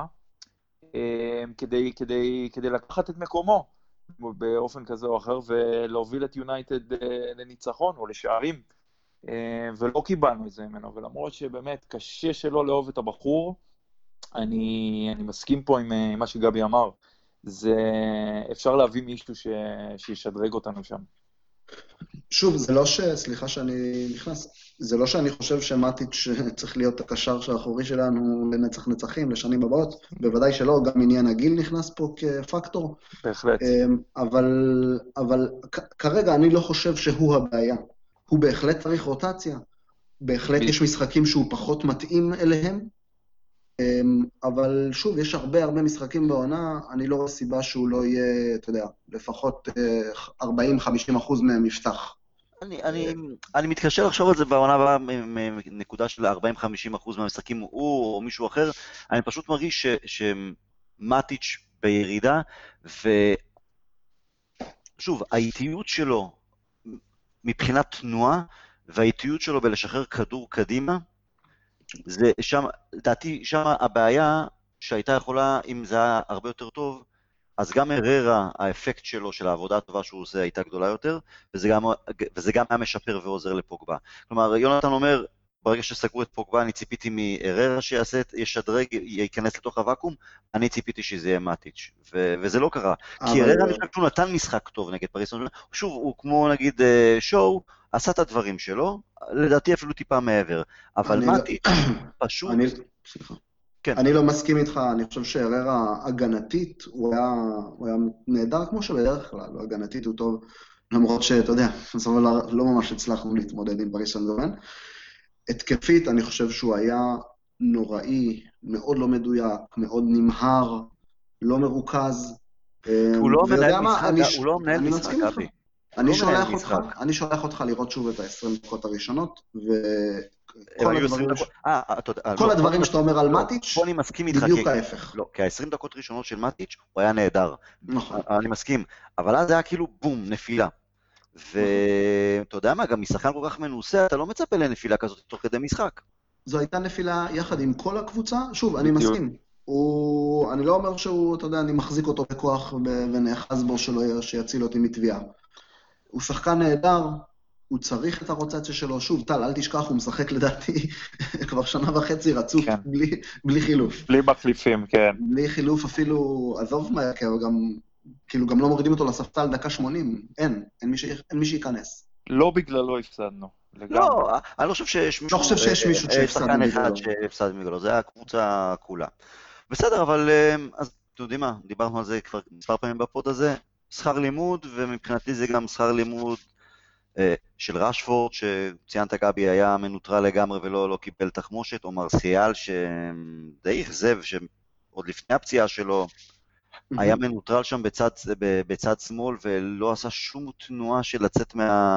C: כדי לקחת את מקומו באופן כזה או אחר, ולהוביל את יונייטד לניצחון או לשערים, ולא קיבלנו את זה ממנו, ולמרות שבאמת קשה שלא לאהוב את הבחור, אני מסכים פה עם מה שגבי אמר, אפשר להביא מישהו שישדרג אותנו שם.
B: שוב, זה לא סליחה שאני נכנס, זה לא שאני חושב שמטיץ' צריך להיות הקשר האחורי שלנו לנצח נצחים, לשנים הבאות, בוודאי שלא, גם עניין הגיל נכנס פה כפקטור.
C: בהחלט.
B: אבל כרגע אני לא חושב שהוא הבעיה. הוא בהחלט צריך רוטציה, בהחלט יש משחקים שהוא פחות מתאים אליהם, אבל שוב, יש הרבה משחקים בעונה, אני לא רואה סיבה שהוא לא יהיה, אתה יודע, לפחות 40-50% מהם יפתח.
A: אני מתקשר לחשוב על זה בעונה הבאה מנקודה של 40-50% מהמשחקים הוא או מישהו אחר, אני פשוט מרגיש שמטיץ' בירידה, ושוב, האיטיות שלו מבחינת תנועה, והאיטיות שלו בלשחרר כדור קדימה, זה שם, דעתי, שם הבעיה שהייתה יכולה, אם זה היה הרבה יותר טוב, אז גם אררה, האפקט שלו, של העבודה הטובה שהוא עושה, הייתה גדולה יותר, וזה גם היה משפר ועוזר לפוגבה. כלומר, יונתן אומר, ברגע שסגרו את פוגבה, אני ציפיתי מאררה שישדרג, ייכנס לתוך הוואקום, אני ציפיתי שזה יהיה מטיץ', וזה לא קרה. כי אררה, אני חושב שהוא נתן משחק טוב נגד פריס סן ז'רמן, שוב, הוא כמו נגיד שואו, עשה את הדברים שלו, לדעתי אפילו טיפה מעבר, אבל מטיץ' פשוט... כן.
B: אני לא מסכים איתך, אני חושב שהררה הגנתית, הוא היה נהדר כמו שבדרך כלל, הוא הגנתית הוא טוב, למרות שאתה יודע, בסופו של דבר לא ממש הצלחנו להתמודד עם פריס סן ז'רמן. התקפית, אני חושב שהוא היה נוראי, מאוד לא מדויק, מאוד נמהר, לא מרוכז.
A: הוא לא מנהל
B: ויודע מה,
A: משחק, הוא לא מנהל
B: אני
A: משחק,
B: מסכים איתך.
A: אבי.
B: אני שולח אותך לראות שוב את ה-20 דקות הראשונות, כל הדברים שאתה אומר על מטיץ',
A: פה אני מסכים איתך,
B: בדיוק ההפך.
A: לא, כי ה-20 דקות ראשונות של מטיץ' הוא היה נהדר.
B: נכון.
A: אני מסכים, אבל אז היה כאילו בום, נפילה. ואתה יודע מה, גם משחקן כל כך מנוסה, אתה לא מצפה לנפילה כזאת תוך כדי משחק.
B: זו הייתה נפילה יחד עם כל הקבוצה, שוב, אני מסכים. אני לא אומר שהוא, אתה יודע, אני מחזיק אותו בכוח ונאחז בו שיציל אותי מתביעה. הוא שחקן נהדר, הוא צריך את הרוטציה שלו. שוב, טל, אל תשכח, הוא משחק לדעתי כבר שנה וחצי רצוף,
C: כן.
B: בלי חילוף.
C: בלי מחליפים, כן.
B: בלי חילוף אפילו, עזוב מה, כאילו גם לא מורידים אותו לספסל דקה 80, אין מי שייכנס.
C: לא בגללו הפסדנו, לגמרי.
A: לא, אני לא חושב שיש מישהו...
B: לא חושב שיש מישהו שהפסדנו
A: שחקן
B: בגללו.
A: אחד שהפסדנו בגללו, זה הקבוצה כולה. בסדר, אבל אז אתם יודעים מה, דיברנו על זה כבר מספר פעמים בפוד הזה, שכר לימוד, ומבחינתי זה גם שכר לימוד של רשפורד, שציינת גבי היה מנוטרל לגמרי ולא קיבל תחמושת, או מרסיאל שדי אכזב, שעוד לפני הפציעה שלו, היה מנוטרל שם בצד שמאל, ולא עשה שום תנועה של לצאת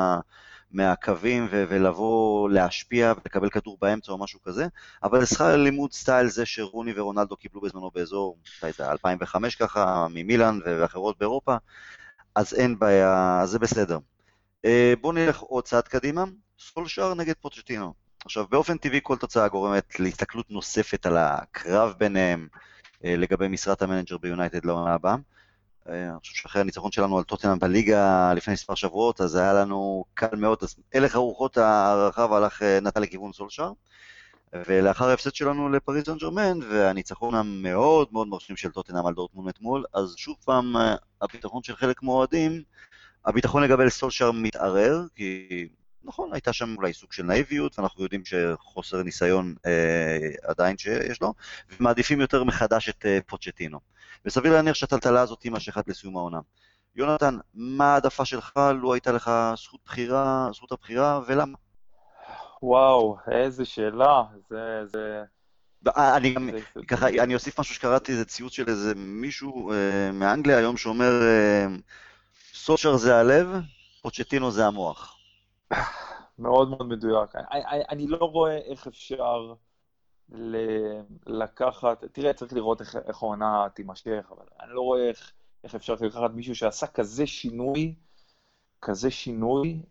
A: מהקווים ולבוא להשפיע ולקבל כדור באמצע או משהו כזה, אבל שכר לימוד סטייל זה שרוני ורונלדו קיבלו בזמנו באזור 2005 ככה, ממילאן ואחרות באירופה, אז אין בעיה, זה בסדר. בואו נלך עוד צעד קדימה, סולשר נגד פוצ'טינו. עכשיו, באופן טבעי כל תוצאה גורמת להסתכלות נוספת על הקרב ביניהם, לגבי משרת המנג'ר ביונייטד לעונה הבאה. אני חושב שאחרי הניצחון שלנו על טוטנהאם בליגה לפני מספר שבועות, אז היה לנו קל מאוד, אז הלך הרוחות הרחב נטה לכיוון סולשר, ולאחר ההפסד שלנו לפריז סן ז'רמן, והניצחון המאוד מאוד מרשים של טוטנהאם על דורטמונד אתמול, אז שוב פעם הביטחון של חלק מהאוהדים, הביטחון לגבי סולשר מתערער, כי נכון, הייתה שם אולי סוג של נאיביות, ואנחנו יודעים שחוסר ניסיון עדיין שיש לו, ומעדיפים יותר מחדש את פוצ'טינו. וסביר להניח שהטלטלה הזאת תימשך לסיום העונה. יונתן, מה העדפה שלך, לו הייתה לך זכות הבחירה, ולמה?
C: וואו, איזה שאלה,
A: אני אוסיף משהו שקראתי, זה ציוץ של איזה מישהו מאנגליה היום שאומר, סולשר זה הלב, פוצ'טינו זה המוח.
C: מאוד מאוד מדויק. אני לא רואה איך אפשר לקחת, תראה, צריך לראות איך העונה תימשך, אבל אני לא רואה איך אפשר לקחת מישהו שעשה כזה שינוי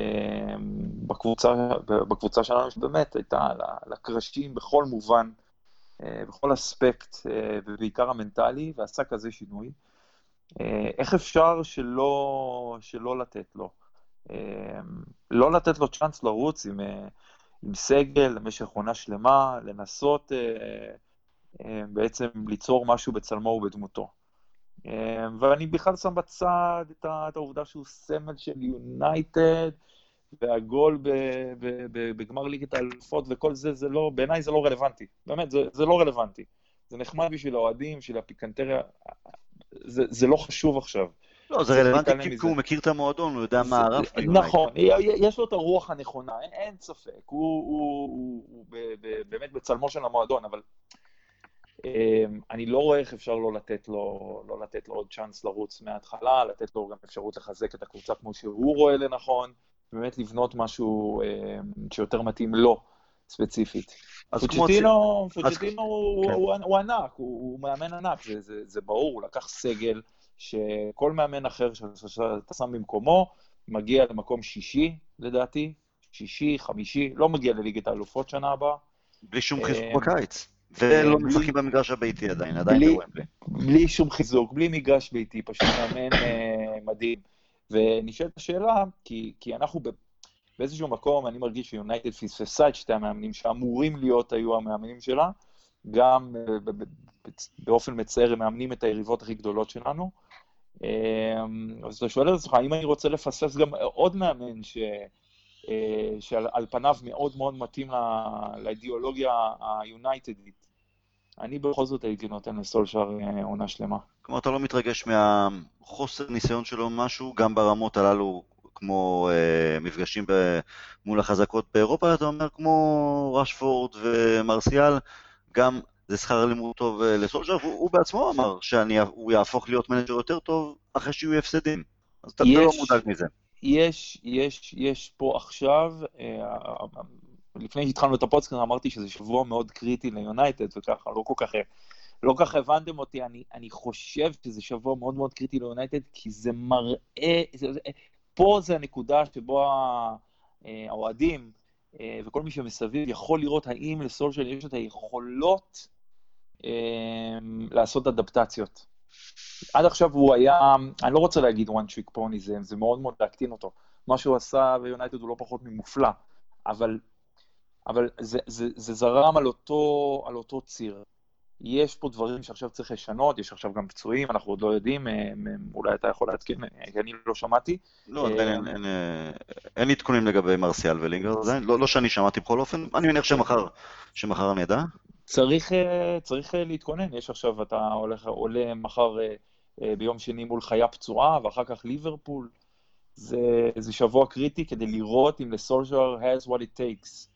C: בקבוצה שלנו, שבאמת הייתה לקרשים בכל מובן, בכל אספקט, ובעיקר המנטלי, ועשה כזה שינוי. איך אפשר שלא לתת לו? לא לתת לו צ'אנס לרוץ עם סגל למשך עונה שלמה, לנסות בעצם ליצור משהו בצלמו ובדמותו. ואני בכלל שם בצד את העובדה שהוא סמל של יונייטד, והגול בגמר ליגת האלופות וכל זה, בעיניי זה לא רלוונטי. באמת, זה לא רלוונטי. זה נחמד בשביל האוהדים, בשביל הפיקנטריה, זה לא חשוב עכשיו.
A: לא, זה רלוונטי כי הוא מכיר את המועדון, הוא יודע מה הרף.
C: נכון, יש לו את הרוח הנכונה, אין ספק, הוא באמת בצלמו של המועדון, אבל אני לא רואה איך אפשר לא לתת לו עוד צ'אנס לרוץ מההתחלה, לתת לו גם אפשרות לחזק את הקבוצה כמו שהוא רואה לנכון, באמת לבנות משהו שיותר מתאים לו ספציפית. פוצ'טינו הוא ענק, הוא מאמן ענק, זה ברור, הוא לקח סגל, שכל מאמן אחר שאתה שם במקומו, מגיע למקום שישי, לדעתי, שישי, חמישי, לא מגיע לליגת האלופות שנה הבאה.
A: בלי שום חיזוק בקיץ. ולא משחקים במגרש הביתי עדיין בוומבלי.
C: בלי שום חיזוק, בלי מגרש ביתי, פשוט מאמן מדהים. ונשאלת השאלה, כי אנחנו באיזשהו מקום, אני מרגיש שיונייטד פספסה את שתי המאמנים שאמורים להיות היו המאמנים שלה, גם באופן מצער הם מאמנים את היריבות הכי גדולות שלנו. אז אתה שואל את עצמך, האם אני רוצה לפספס גם עוד מאמן שעל פניו מאוד מאוד מתאים לאידיאולוגיה היונייטדית, אני בכל זאת הייתי נותן לסולשר עונה שלמה.
A: כלומר, אתה לא מתרגש מהחוסר ניסיון שלו משהו, גם ברמות הללו, כמו מפגשים מול החזקות באירופה, אתה אומר, כמו רשפורד ומרסיאל, גם זה שכר לימוד טוב לסולשר, הוא בעצמו אמר שהוא יהפוך להיות מנג'ר יותר טוב אחרי שיהיו הפסדים. אז אתה לא מודאג מזה.
C: יש פה עכשיו, לפני שהתחלנו את הפודקאסט, אמרתי שזה שבוע מאוד קריטי ליונייטד, וככה, לא כך הבנתם אותי, אני חושב שזה שבוע מאוד מאוד קריטי ליונייטד, כי זה מראה, פה זה הנקודה שבו האוהדים, וכל מי שמסביב יכול לראות האם לסולשר יש את היכולות לעשות אדפטציות. עד עכשיו הוא היה, אני לא רוצה להגיד one trick pony, זה מאוד מאוד להקטין אותו. מה שהוא עשה ביונייטד הוא לא פחות ממופלא, אבל זה זרם על אותו ציר. יש פה דברים שעכשיו צריך לשנות, יש עכשיו גם פצועים, אנחנו עוד לא יודעים, אולי אתה יכול להתקן, אני לא שמעתי.
A: לא, אין עדכונים לגבי מרסיאל ולינגרד, לא שאני שמעתי בכל אופן, אני מניח שמחר אני אדע.
C: צריך להתכונן, יש עכשיו, אתה עולה מחר ביום שני מול חיה פצועה, ואחר כך ליברפול, זה שבוע קריטי כדי לראות אם לסולשר has what it takes.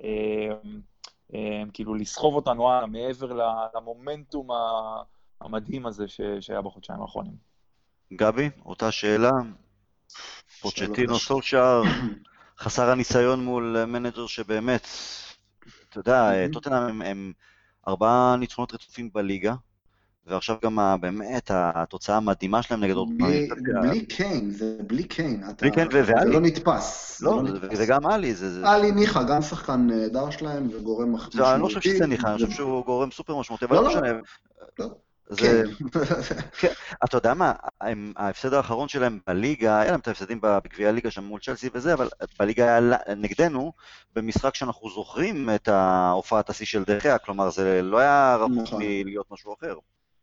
C: כאילו לסחוב אותנו מעבר למומנטום המדהים הזה שהיה בחודשיים האחרונים.
A: גבי, אותה שאלה, פוצ'טינו סולשר, חסר הניסיון מול מנג'ר שבאמת, אתה יודע, טוטנהאם הם 4 ניצחונות רצופים בליגה, ועכשיו גם באמת התוצאה המדהימה שלהם נגד אורטונאי.
B: בלי קיין, זה בלי קיין.
A: בלי קיין
B: זה
A: ואלי.
B: לא נתפס.
A: לא, וגם אלי.
B: אלי ניחה, גם שחקן נהדר שלהם וגורם משמעותי.
A: אני לא חושב שזה ניחה, אני חושב שהוא גורם סופר משמעותי, אבל לא משנה.
B: כן.
A: אתה יודע מה, ההפסד האחרון שלהם בליגה, היה להם את ההפסדים בגביע הליגה שם מול צ'לסי וזה, אבל בליגה היה נגדנו, במשחק שאנחנו זוכרים את ההופעת השיא של דחיה, כלומר זה לא היה רחוק מלהיות משהו אחר.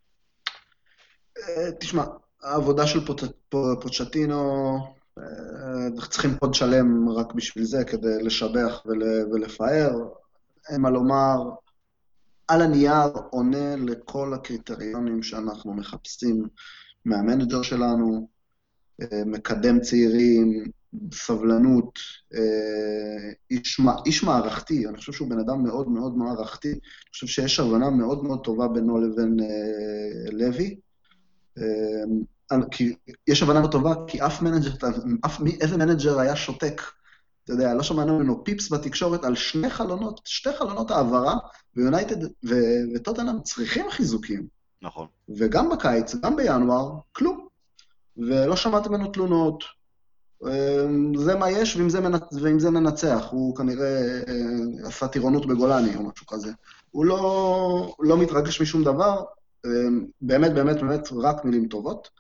B: תשמע, העבודה של פוצ'טינו, צריכים פוד שלם רק בשביל זה, כדי לשבח ולפאר. אין מה לומר, על הנייר עונה לכל הקריטריונים שאנחנו מחפשים מהמנג'ר שלנו, מקדם צעירים, סבלנות, איש מערכתי, אני חושב שהוא בן אדם מאוד מאוד מערכתי, אני חושב שיש הבנה מאוד מאוד טובה בינו לבין לוי, כי יש הבנה טובה, כי איזה מנג'ר היה שותק, אתה יודע, לא שמענו ממנו פיפס בתקשורת על שתי חלונות העברה, ויונייטד וטוטנהאם צריכים חיזוקים.
A: נכון.
B: וגם בקיץ, גם בינואר, כלום. ולא שמעתם ממנו תלונות, זה מה יש, ועם זה ננצח. הוא כנראה עשה טירונות בגולני או משהו כזה. הוא לא מתרגש משום דבר, באמת, באמת, באמת, רק מילים טובות.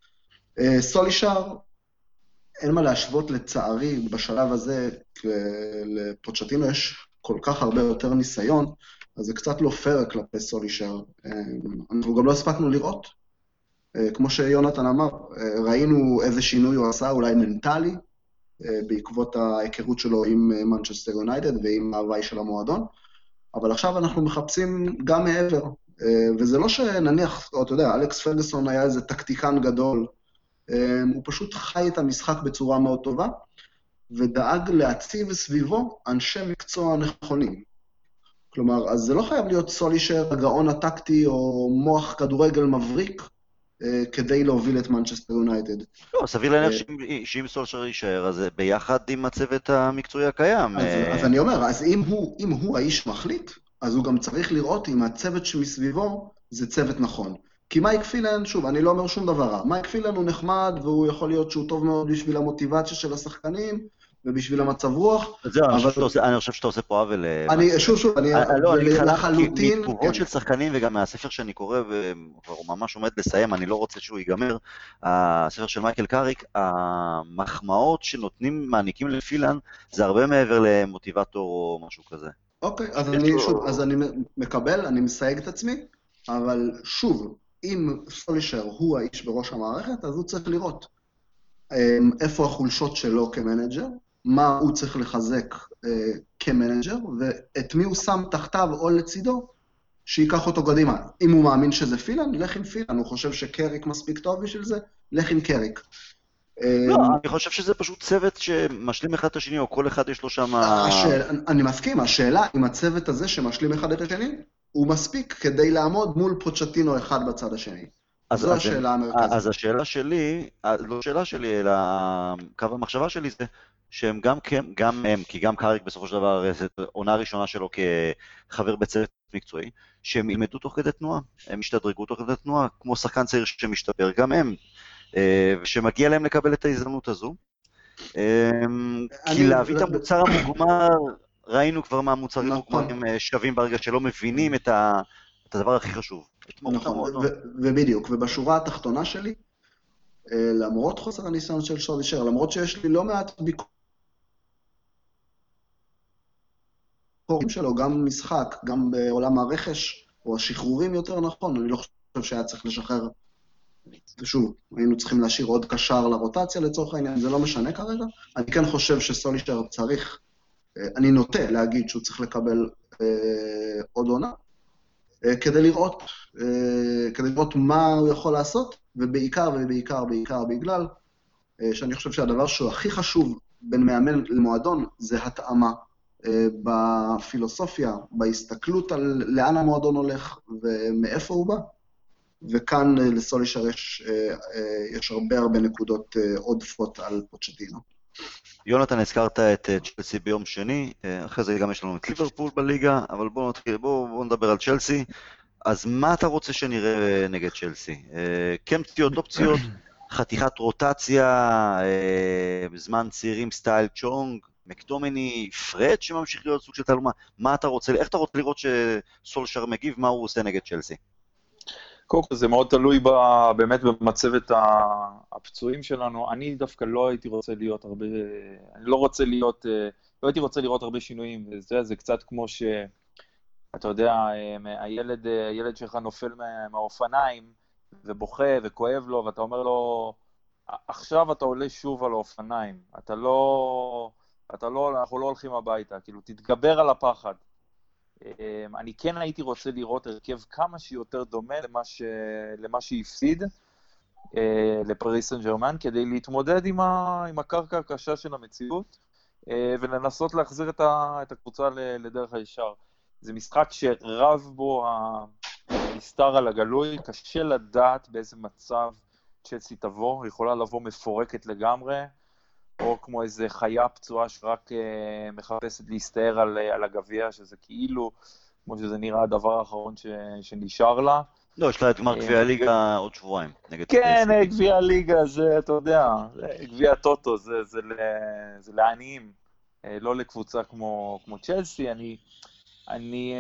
B: סולישר, אין מה להשוות לצערי בשלב הזה, לפוצ'טינו יש כל כך הרבה יותר ניסיון, אז זה קצת לא פייר כלפי סולישר. אנחנו גם לא הספקנו לראות. כמו שיונתן אמר, ראינו איזה שינוי הוא עשה, אולי מנטלי, בעקבות ההיכרות שלו עם מנצ'סטר יונייטד ועם ההוואי של המועדון, אבל עכשיו אנחנו מחפשים גם מעבר, וזה לא שנניח, אתה יודע, אלכס פרגוסון היה איזה טקטיקן גדול, הוא פשוט חי את המשחק בצורה מאוד טובה, ודאג להציב סביבו אנשי מקצוע נכונים. כלומר, אז זה לא חייב להיות סולישר, הגאון הטקטי או מוח כדורגל מבריק, כדי להוביל את מנצ'סטר יונייטד.
A: לא, סביר להניח שאם סולישר יישאר, אז ביחד עם הצוות המקצועי הקיים.
B: אז אני אומר, אז אם הוא האיש מחליט, אז הוא גם צריך לראות אם הצוות שמסביבו זה צוות נכון. כי מייק פילן, שוב, אני לא אומר שום דבר רע, מייק פילן הוא נחמד, והוא יכול להיות שהוא טוב מאוד בשביל המוטיבציה של השחקנים, ובשביל המצב רוח.
A: זהו, אני חושב שאתה עושה פה עוול.
B: שוב, אני לחלוטין...
A: מתגובות של שחקנים, וגם מהספר שאני קורא, והוא ממש עומד לסיים, אני לא רוצה שהוא ייגמר, הספר של מייקל קאריק, המחמאות מעניקים לפילן, זה הרבה מעבר למוטיבטור או משהו כזה.
B: אוקיי, אז אני מקבל, אני מסייג את עצמי, אבל שוב, אם סולישר הוא האיש בראש המערכת, אז הוא צריך לראות איפה החולשות שלו כמנג'ר, מה הוא צריך לחזק כמנג'ר, ואת מי הוא שם תחתיו או לצידו, שיקח אותו קדימה. אם הוא מאמין שזה פילן, לך עם פילן. הוא חושב שקריק מספיק טוב בשביל זה, לך עם קריק.
A: לא, אני חושב שזה פשוט צוות שמשלים אחד את השני, או כל אחד יש לו שם...
B: אני מסכים, השאלה אם הצוות הזה שמשלים אחד את השני, הוא מספיק כדי לעמוד מול פוצ'טינו אחד בצד השני. זו השאלה המרכזית.
A: אז השאלה שלי, לא שאלה שלי, אלא קו המחשבה שלי זה שהם גם הם, כי גם קריק בסופו של דבר, זו עונה ראשונה שלו כחבר בצוות מקצועי, שהם ילמדו תוך כדי תנועה, הם השתדרגו תוך כדי תנועה, כמו שחקן צעיר שמשתפר, גם הם, ושמגיע להם לקבל את ההזדמנות הזו, כי להביא את המוצר המוגמר, ראינו כבר מה המוצרים המוגמרים שווים ברגע שלא מבינים את הדבר הכי חשוב.
B: נכון, ובדיוק, ובשורה התחתונה שלי, למרות חוסר הניסיון של סולישר, למרות שיש לי לא מעט ביקורים שלו, גם משחק, גם בעולם הרכש, או השחרורים יותר נכון, אני לא חושב שהיה צריך לשחרר, ושוב, היינו צריכים להשאיר עוד קשר לרוטציה לצורך העניין, זה לא משנה כרגע. אני כן חושב שסולישר צריך, אני נוטה להגיד שהוא צריך לקבל עוד עונה, כדי לראות מה הוא יכול לעשות, ובעיקר בגלל שאני חושב שהדבר שהוא הכי חשוב בין מאמן למועדון זה התאמה בפילוסופיה, בהסתכלות על לאן המועדון הולך ומאיפה הוא בא. וכאן לסולישר יש הרבה נקודות עודפות על פוצ'טינו.
A: יונתן, הזכרת את צ'לסי ביום שני, אחרי זה גם יש לנו את ליברפול בליגה, אבל בואו נדבר על צ'לסי. אז מה אתה רוצה שנראה נגד צ'לסי? כן פציעות, לא פציעות, חתיכת רוטציה, זמן צעירים סטייל צ'ונג, מקטומני, פרד שממשיך להיות סוג של תעלומה. מה אתה רוצה, איך אתה רוצה לראות שסולשר מגיב, מה הוא עושה נגד צ'לסי?
C: קודם כל, זה מאוד תלוי באמת במצבת הפצועים שלנו. אני דווקא לא הייתי רוצה להיות הרבה, אני לא הייתי רוצה לראות הרבה שינויים, זה קצת כמו אתה יודע, הילד שלך נופל מהאופניים, ובוכה וכואב לו, ואתה אומר לו, עכשיו אתה עולה שוב על האופניים, אנחנו לא הולכים הביתה, כאילו, תתגבר על הפחד. אני כן הייתי רוצה לראות הרכב כמה שיותר דומה למה שהפסיד לפריס סן ז'רמן, כדי להתמודד עם הקרקע הקשה של המציאות, ולנסות להחזיר את הקבוצה לדרך הישר. זה משחק שרב בו המסתר על הגלוי, קשה לדעת באיזה מצב צ'לסי תבוא, יכולה לבוא מפורקת לגמרי, או כמו איזה חיה פצועה שרק מחפשת להסתער על הגביע, שזה כאילו, כמו שזה נראה הדבר האחרון שנשאר לה.
A: לא, יש לה את גמר גביע הליגה עוד שבועיים.
C: כן, גביע הליגה זה, אתה יודע, גביע הטוטו, זה לעניים, לא לקבוצה כמו צ'לסי. אני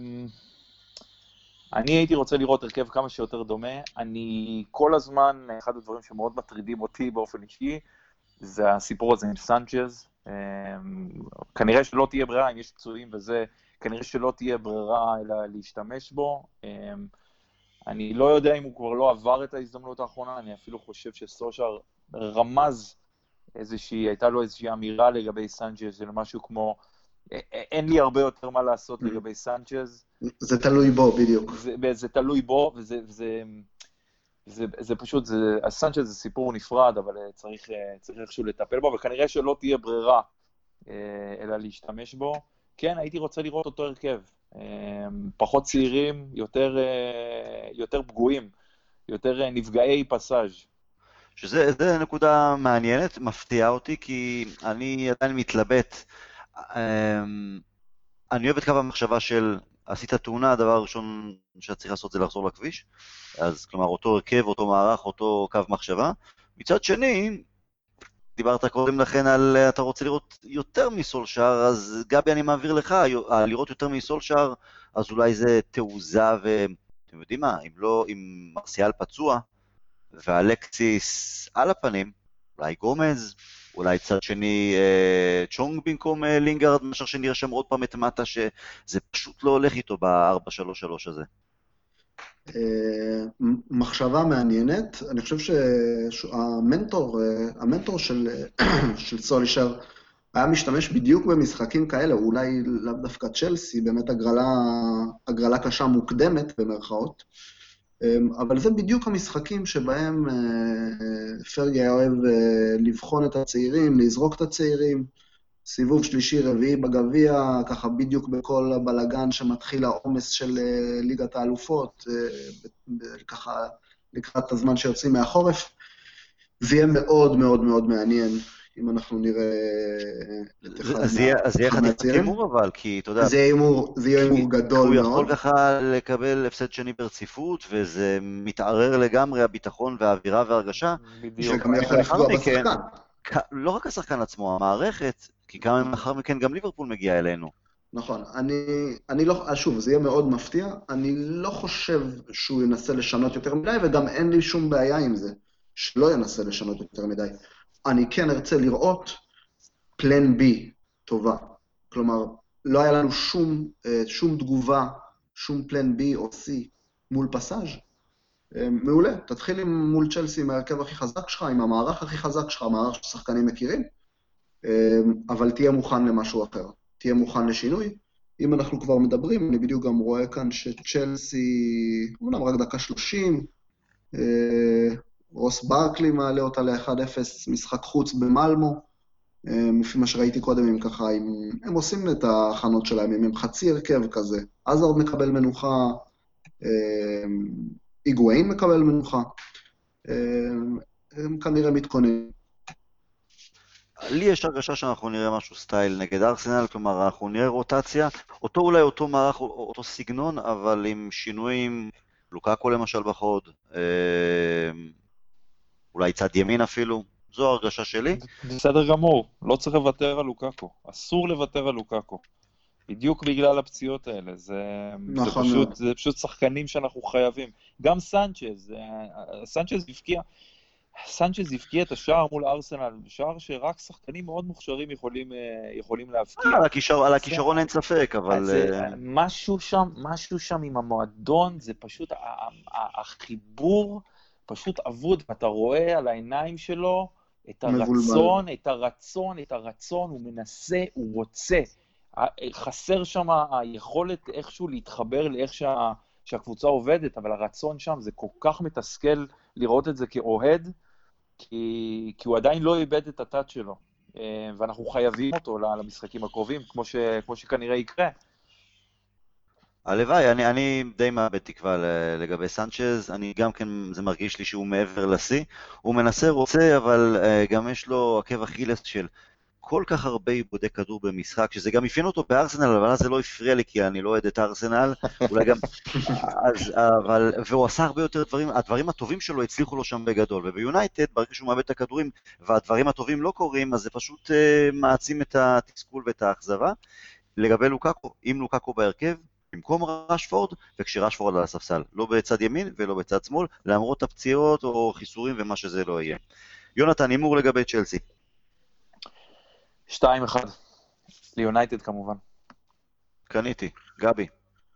C: הייתי רוצה לראות הרכב כמה שיותר דומה. אני כל הזמן, אחד הדברים שמאוד מטרידים אותי באופן אישי, זה הסיפור הזה עם סנצ'ז. כנראה שלא תהיה ברירה, אם יש פצועים וזה, כנראה שלא תהיה ברירה אלא להשתמש בו. אני לא יודע אם הוא כבר לא עבר את ההזדמנות האחרונה, אני אפילו חושב שסושר רמז הייתה לו איזושהי אמירה לגבי סנצ'ז, זה משהו כמו, אין לי הרבה יותר מה לעשות לגבי סנצ'ז.
B: זה תלוי בו, בדיוק.
C: זה תלוי בו, זה פשוט, הסנצ'ז זה סיפור נפרד, אבל צריך איכשהו לטפל בו, וכנראה שלא תהיה ברירה אלא להשתמש בו. כן, הייתי רוצה לראות אותו הרכב. פחות צעירים, יותר פגועים, יותר נפגעי פסאז'.
A: שזה נקודה מעניינת, מפתיעה אותי, כי אני עדיין מתלבט. אני אוהב את קו המחשבה של עשית תאונה, הדבר הראשון שאתה צריך לעשות זה לחזור לכביש, אז כלומר אותו הרכב, אותו מערך, אותו קו מחשבה. מצד שני, דיברת קודם לכן על אתה רוצה לראות יותר מסולשר, אז גבי אני מעביר לך, לראות יותר מסולשר, אז אולי זה תעוזה, ואתם יודעים מה, אם מרסיאל פצוע, ואלקסיס על הפנים, אולי גומז, אולי צד שני צ'ונג במקום לינגרד, מאשר שנראה שם עוד פעם את מטה, שזה פשוט לא הולך איתו ב-4-3-3 הזה.
B: מחשבה מעניינת, אני חושב שהמנטור של סולישר היה משתמש בדיוק במשחקים כאלה, אולי לאו דווקא צ'לסי, באמת הגרלה קשה מוקדמת במרכאות, אבל זה בדיוק המשחקים שבהם פרגי היה אוהב לבחון את הצעירים, לזרוק את הצעירים, סיבוב שלישי רביעי בגביע, ככה בדיוק בכל הבלגן שמתחיל העומס של ליגת האלופות, ככה לקראת הזמן שיוצאים מהחורף, ויהיה מאוד מאוד מאוד מעניין אם אנחנו נראה את אחד
A: אז יהיה חתיכת הימור אבל, כי אתה יודע...
B: זה יהיה הימור גדול מאוד.
A: הוא יכול ככה לקבל הפסד שני ברציפות, וזה מתערער לגמרי הביטחון והאווירה וההרגשה.
B: שגם יכול לפגוע בשחקן.
A: לא רק השחקן עצמו, המערכת, כי כמה לאחר מכן גם ליברפול מגיע אלינו.
B: נכון, אני לא, שוב, זה יהיה מאוד מפתיע, אני לא חושב שהוא ינסה לשנות יותר מדי, וגם אין לי שום בעיה עם זה, שלא ינסה לשנות יותר מדי. אני כן ארצה לראות פלן בי טובה. כלומר, לא היה לנו שום תגובה, שום פלן בי או סי מול פסאז'. מעולה, תתחיל מול צ'לסי עם ההרכב הכי חזק שלך, עם המערך הכי חזק שלך, המערך ששחקנים מכירים, אבל תהיה מוכן למשהו אחר. תהיה מוכן לשינוי. אם אנחנו כבר מדברים, אני בדיוק גם רואה כאן שצ'לסי, אומנם רק דקה 30, רוס ברקלי מעלה אותה ל-1-0, משחק חוץ במלמו, לפי מה שראיתי קודם, הם ככה, הם עושים את ההכנות שלהם, הם חצי הרכב כזה. עזרד מקבל מנוחה, איגואין מקבל מנוחה, הם כנראה מתכוננים.
A: לי יש הרגשה שאנחנו נראה משהו סטייל נגד ארסנל, כלומר אנחנו נראה רוטציה, אולי אותו מערך, אותו סגנון, אבל עם שינויים, לוקאקו למשל בחוד, אולי צד ימין אפילו, זו הרגשה שלי.
C: בסדר גמור, לא צריך לוותר על לוקאקו, אסור לוותר על לוקאקו, בדיוק בגלל הפציעות האלה, זה פשוט שחקנים שאנחנו חייבים. גם סנצ'ז הבקיע את השער מול ארסנל, שער שרק שחקנים מאוד מוכשרים יכולים להבקיע.
A: על הכישרון אין ספק, אבל...
C: משהו שם עם המועדון, זה פשוט, החיבור פשוט אבוד, אתה רואה על העיניים שלו את הרצון, הוא מנסה, הוא רוצה. חסר שם היכולת איכשהו להתחבר לאיך שהקבוצה עובדת, אבל הרצון שם זה כל כך מתסכל לראות את זה כאוהד, כי הוא עדיין לא איבד את הטאט שלו, ואנחנו חייבים אותו למשחקים הקרובים, כמו שכנראה יקרה.
A: הלוואי, אני די מאבד תקווה לגבי סנצ'ז, אני גם כן, זה מרגיש לי שהוא מעבר לשיא, הוא מנסה, רוצה, אבל גם יש לו עקב אכילס של כל כך הרבה איבודי כדור במשחק, שזה גם אפיין אותו בארסנל, אבל אז זה לא הפריע לי, כי אני לא אוהד את ארסנל, אולי גם, והוא עשה הרבה יותר דברים, הדברים הטובים שלו הצליחו לו שם בגדול, וביונייטד, ברגע שהוא מאבד את הכדורים, והדברים הטובים לא קורים, אז זה פשוט מעצים את התסכול ואת האכזבה. לגבי לוקאקו, אם לוקאקו בהרכב, במקום רשפורד, וכשרשפורד על הספסל, לא בצד ימין ולא בצד שמאל, למרות הפציעות או חיסורים ומה שזה לא יהיה. יונתן, הימור לגבי צ'לסי.
C: 2-1, ליונייטד כמובן.
A: קניתי, גבי.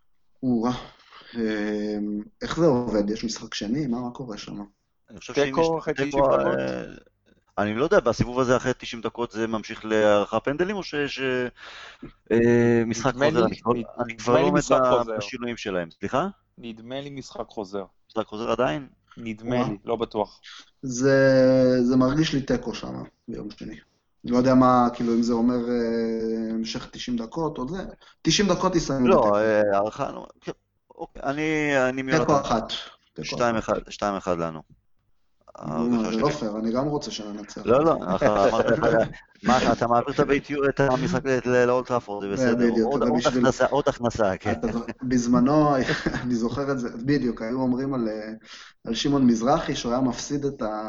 B: איך זה עובד? יש משחק שני? מה קורה שם?
C: תיקו אחרי 90 דקות?
A: אני לא יודע, בסיבוב הזה אחרי 90 דקות זה ממשיך להערכה פנדלים, או שיש משחק חוזר? אני כבר לא עומד בשינויים שלהם. סליחה?
C: נדמה לי משחק חוזר.
A: משחק חוזר עדיין?
C: נדמה לי, לא בטוח.
B: זה מרגיש לי תיקו שם ביום שני. לא יודע מה, כאילו, אם זה אומר המשך 90 דקות או זה. 90 דקות יסיימו
A: בתיקו. לא, הערכה, אני מיוחד.
B: תיקו אחת.
A: 2-1 לנו.
B: זה לא פייר, אני גם רוצה שננצח.
A: לא, אתה מעביר את המשחק לאולד טראפורד, זה בסדר. עוד הכנסה, כן.
B: בזמנו, אני זוכר את זה, בדיוק, היו אומרים על שמעון מזרחי, שהוא היה מפסיד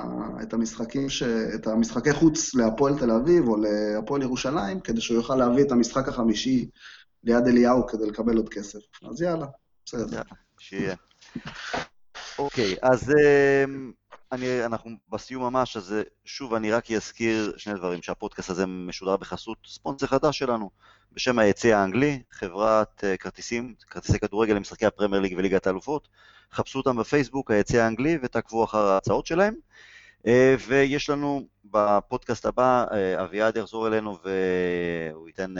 B: את המשחקי חוץ להפועל תל אביב, או להפועל ירושלים, כדי שהוא יוכל להביא את המשחק החמישי ליד אליהו, כדי לקבל עוד כסף. אז יאללה, בסדר.
A: שיהיה. אוקיי, אז... אנחנו בסיום ממש, אז שוב אני רק אזכיר שני דברים, שהפודקאסט הזה משודר בחסות ספונסר חדש שלנו, בשם היציע האנגלי, חברת כרטיסי כדורגל למשחקי הפרמייר ליג וליגת האלופות, חפשו אותם בפייסבוק, היציע האנגלי, ותעקבו אחר ההצעות שלהם. ויש לנו בפודקאסט הבא, אביעד יחזור אלינו והוא ייתן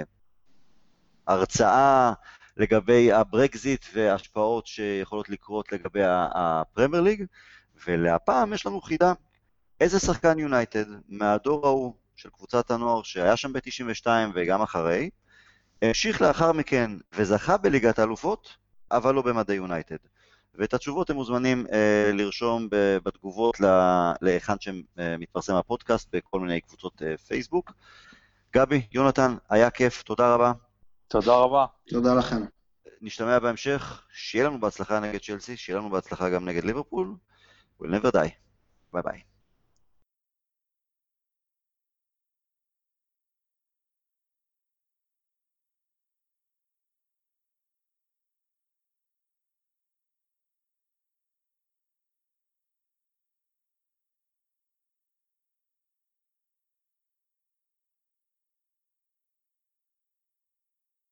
A: הרצאה לגבי הברקזיט וההשפעות שיכולות לקרות לגבי הפרמייר ליג, ולהפעם יש לנו חידה. איזה שחקן יונייטד מהדור ההוא של קבוצת הנוער שהיה שם ב-92 וגם אחרי, המשיך לאחר מכן וזכה בליגת האלופות, אבל לא במדי יונייטד? ואת התשובות הם מוזמנים לרשום בתגובות להיכן שמתפרסם הפודקאסט בכל מיני קבוצות פייסבוק. גבי, יונתן, היה כיף, תודה רבה.
C: תודה רבה.
B: תודה לכם.
A: נשתמע בהמשך, שיהיה לנו בהצלחה נגד צ'לסי, שיהיה לנו בהצלחה גם נגד ליברפול. We'll never die. ביי ביי.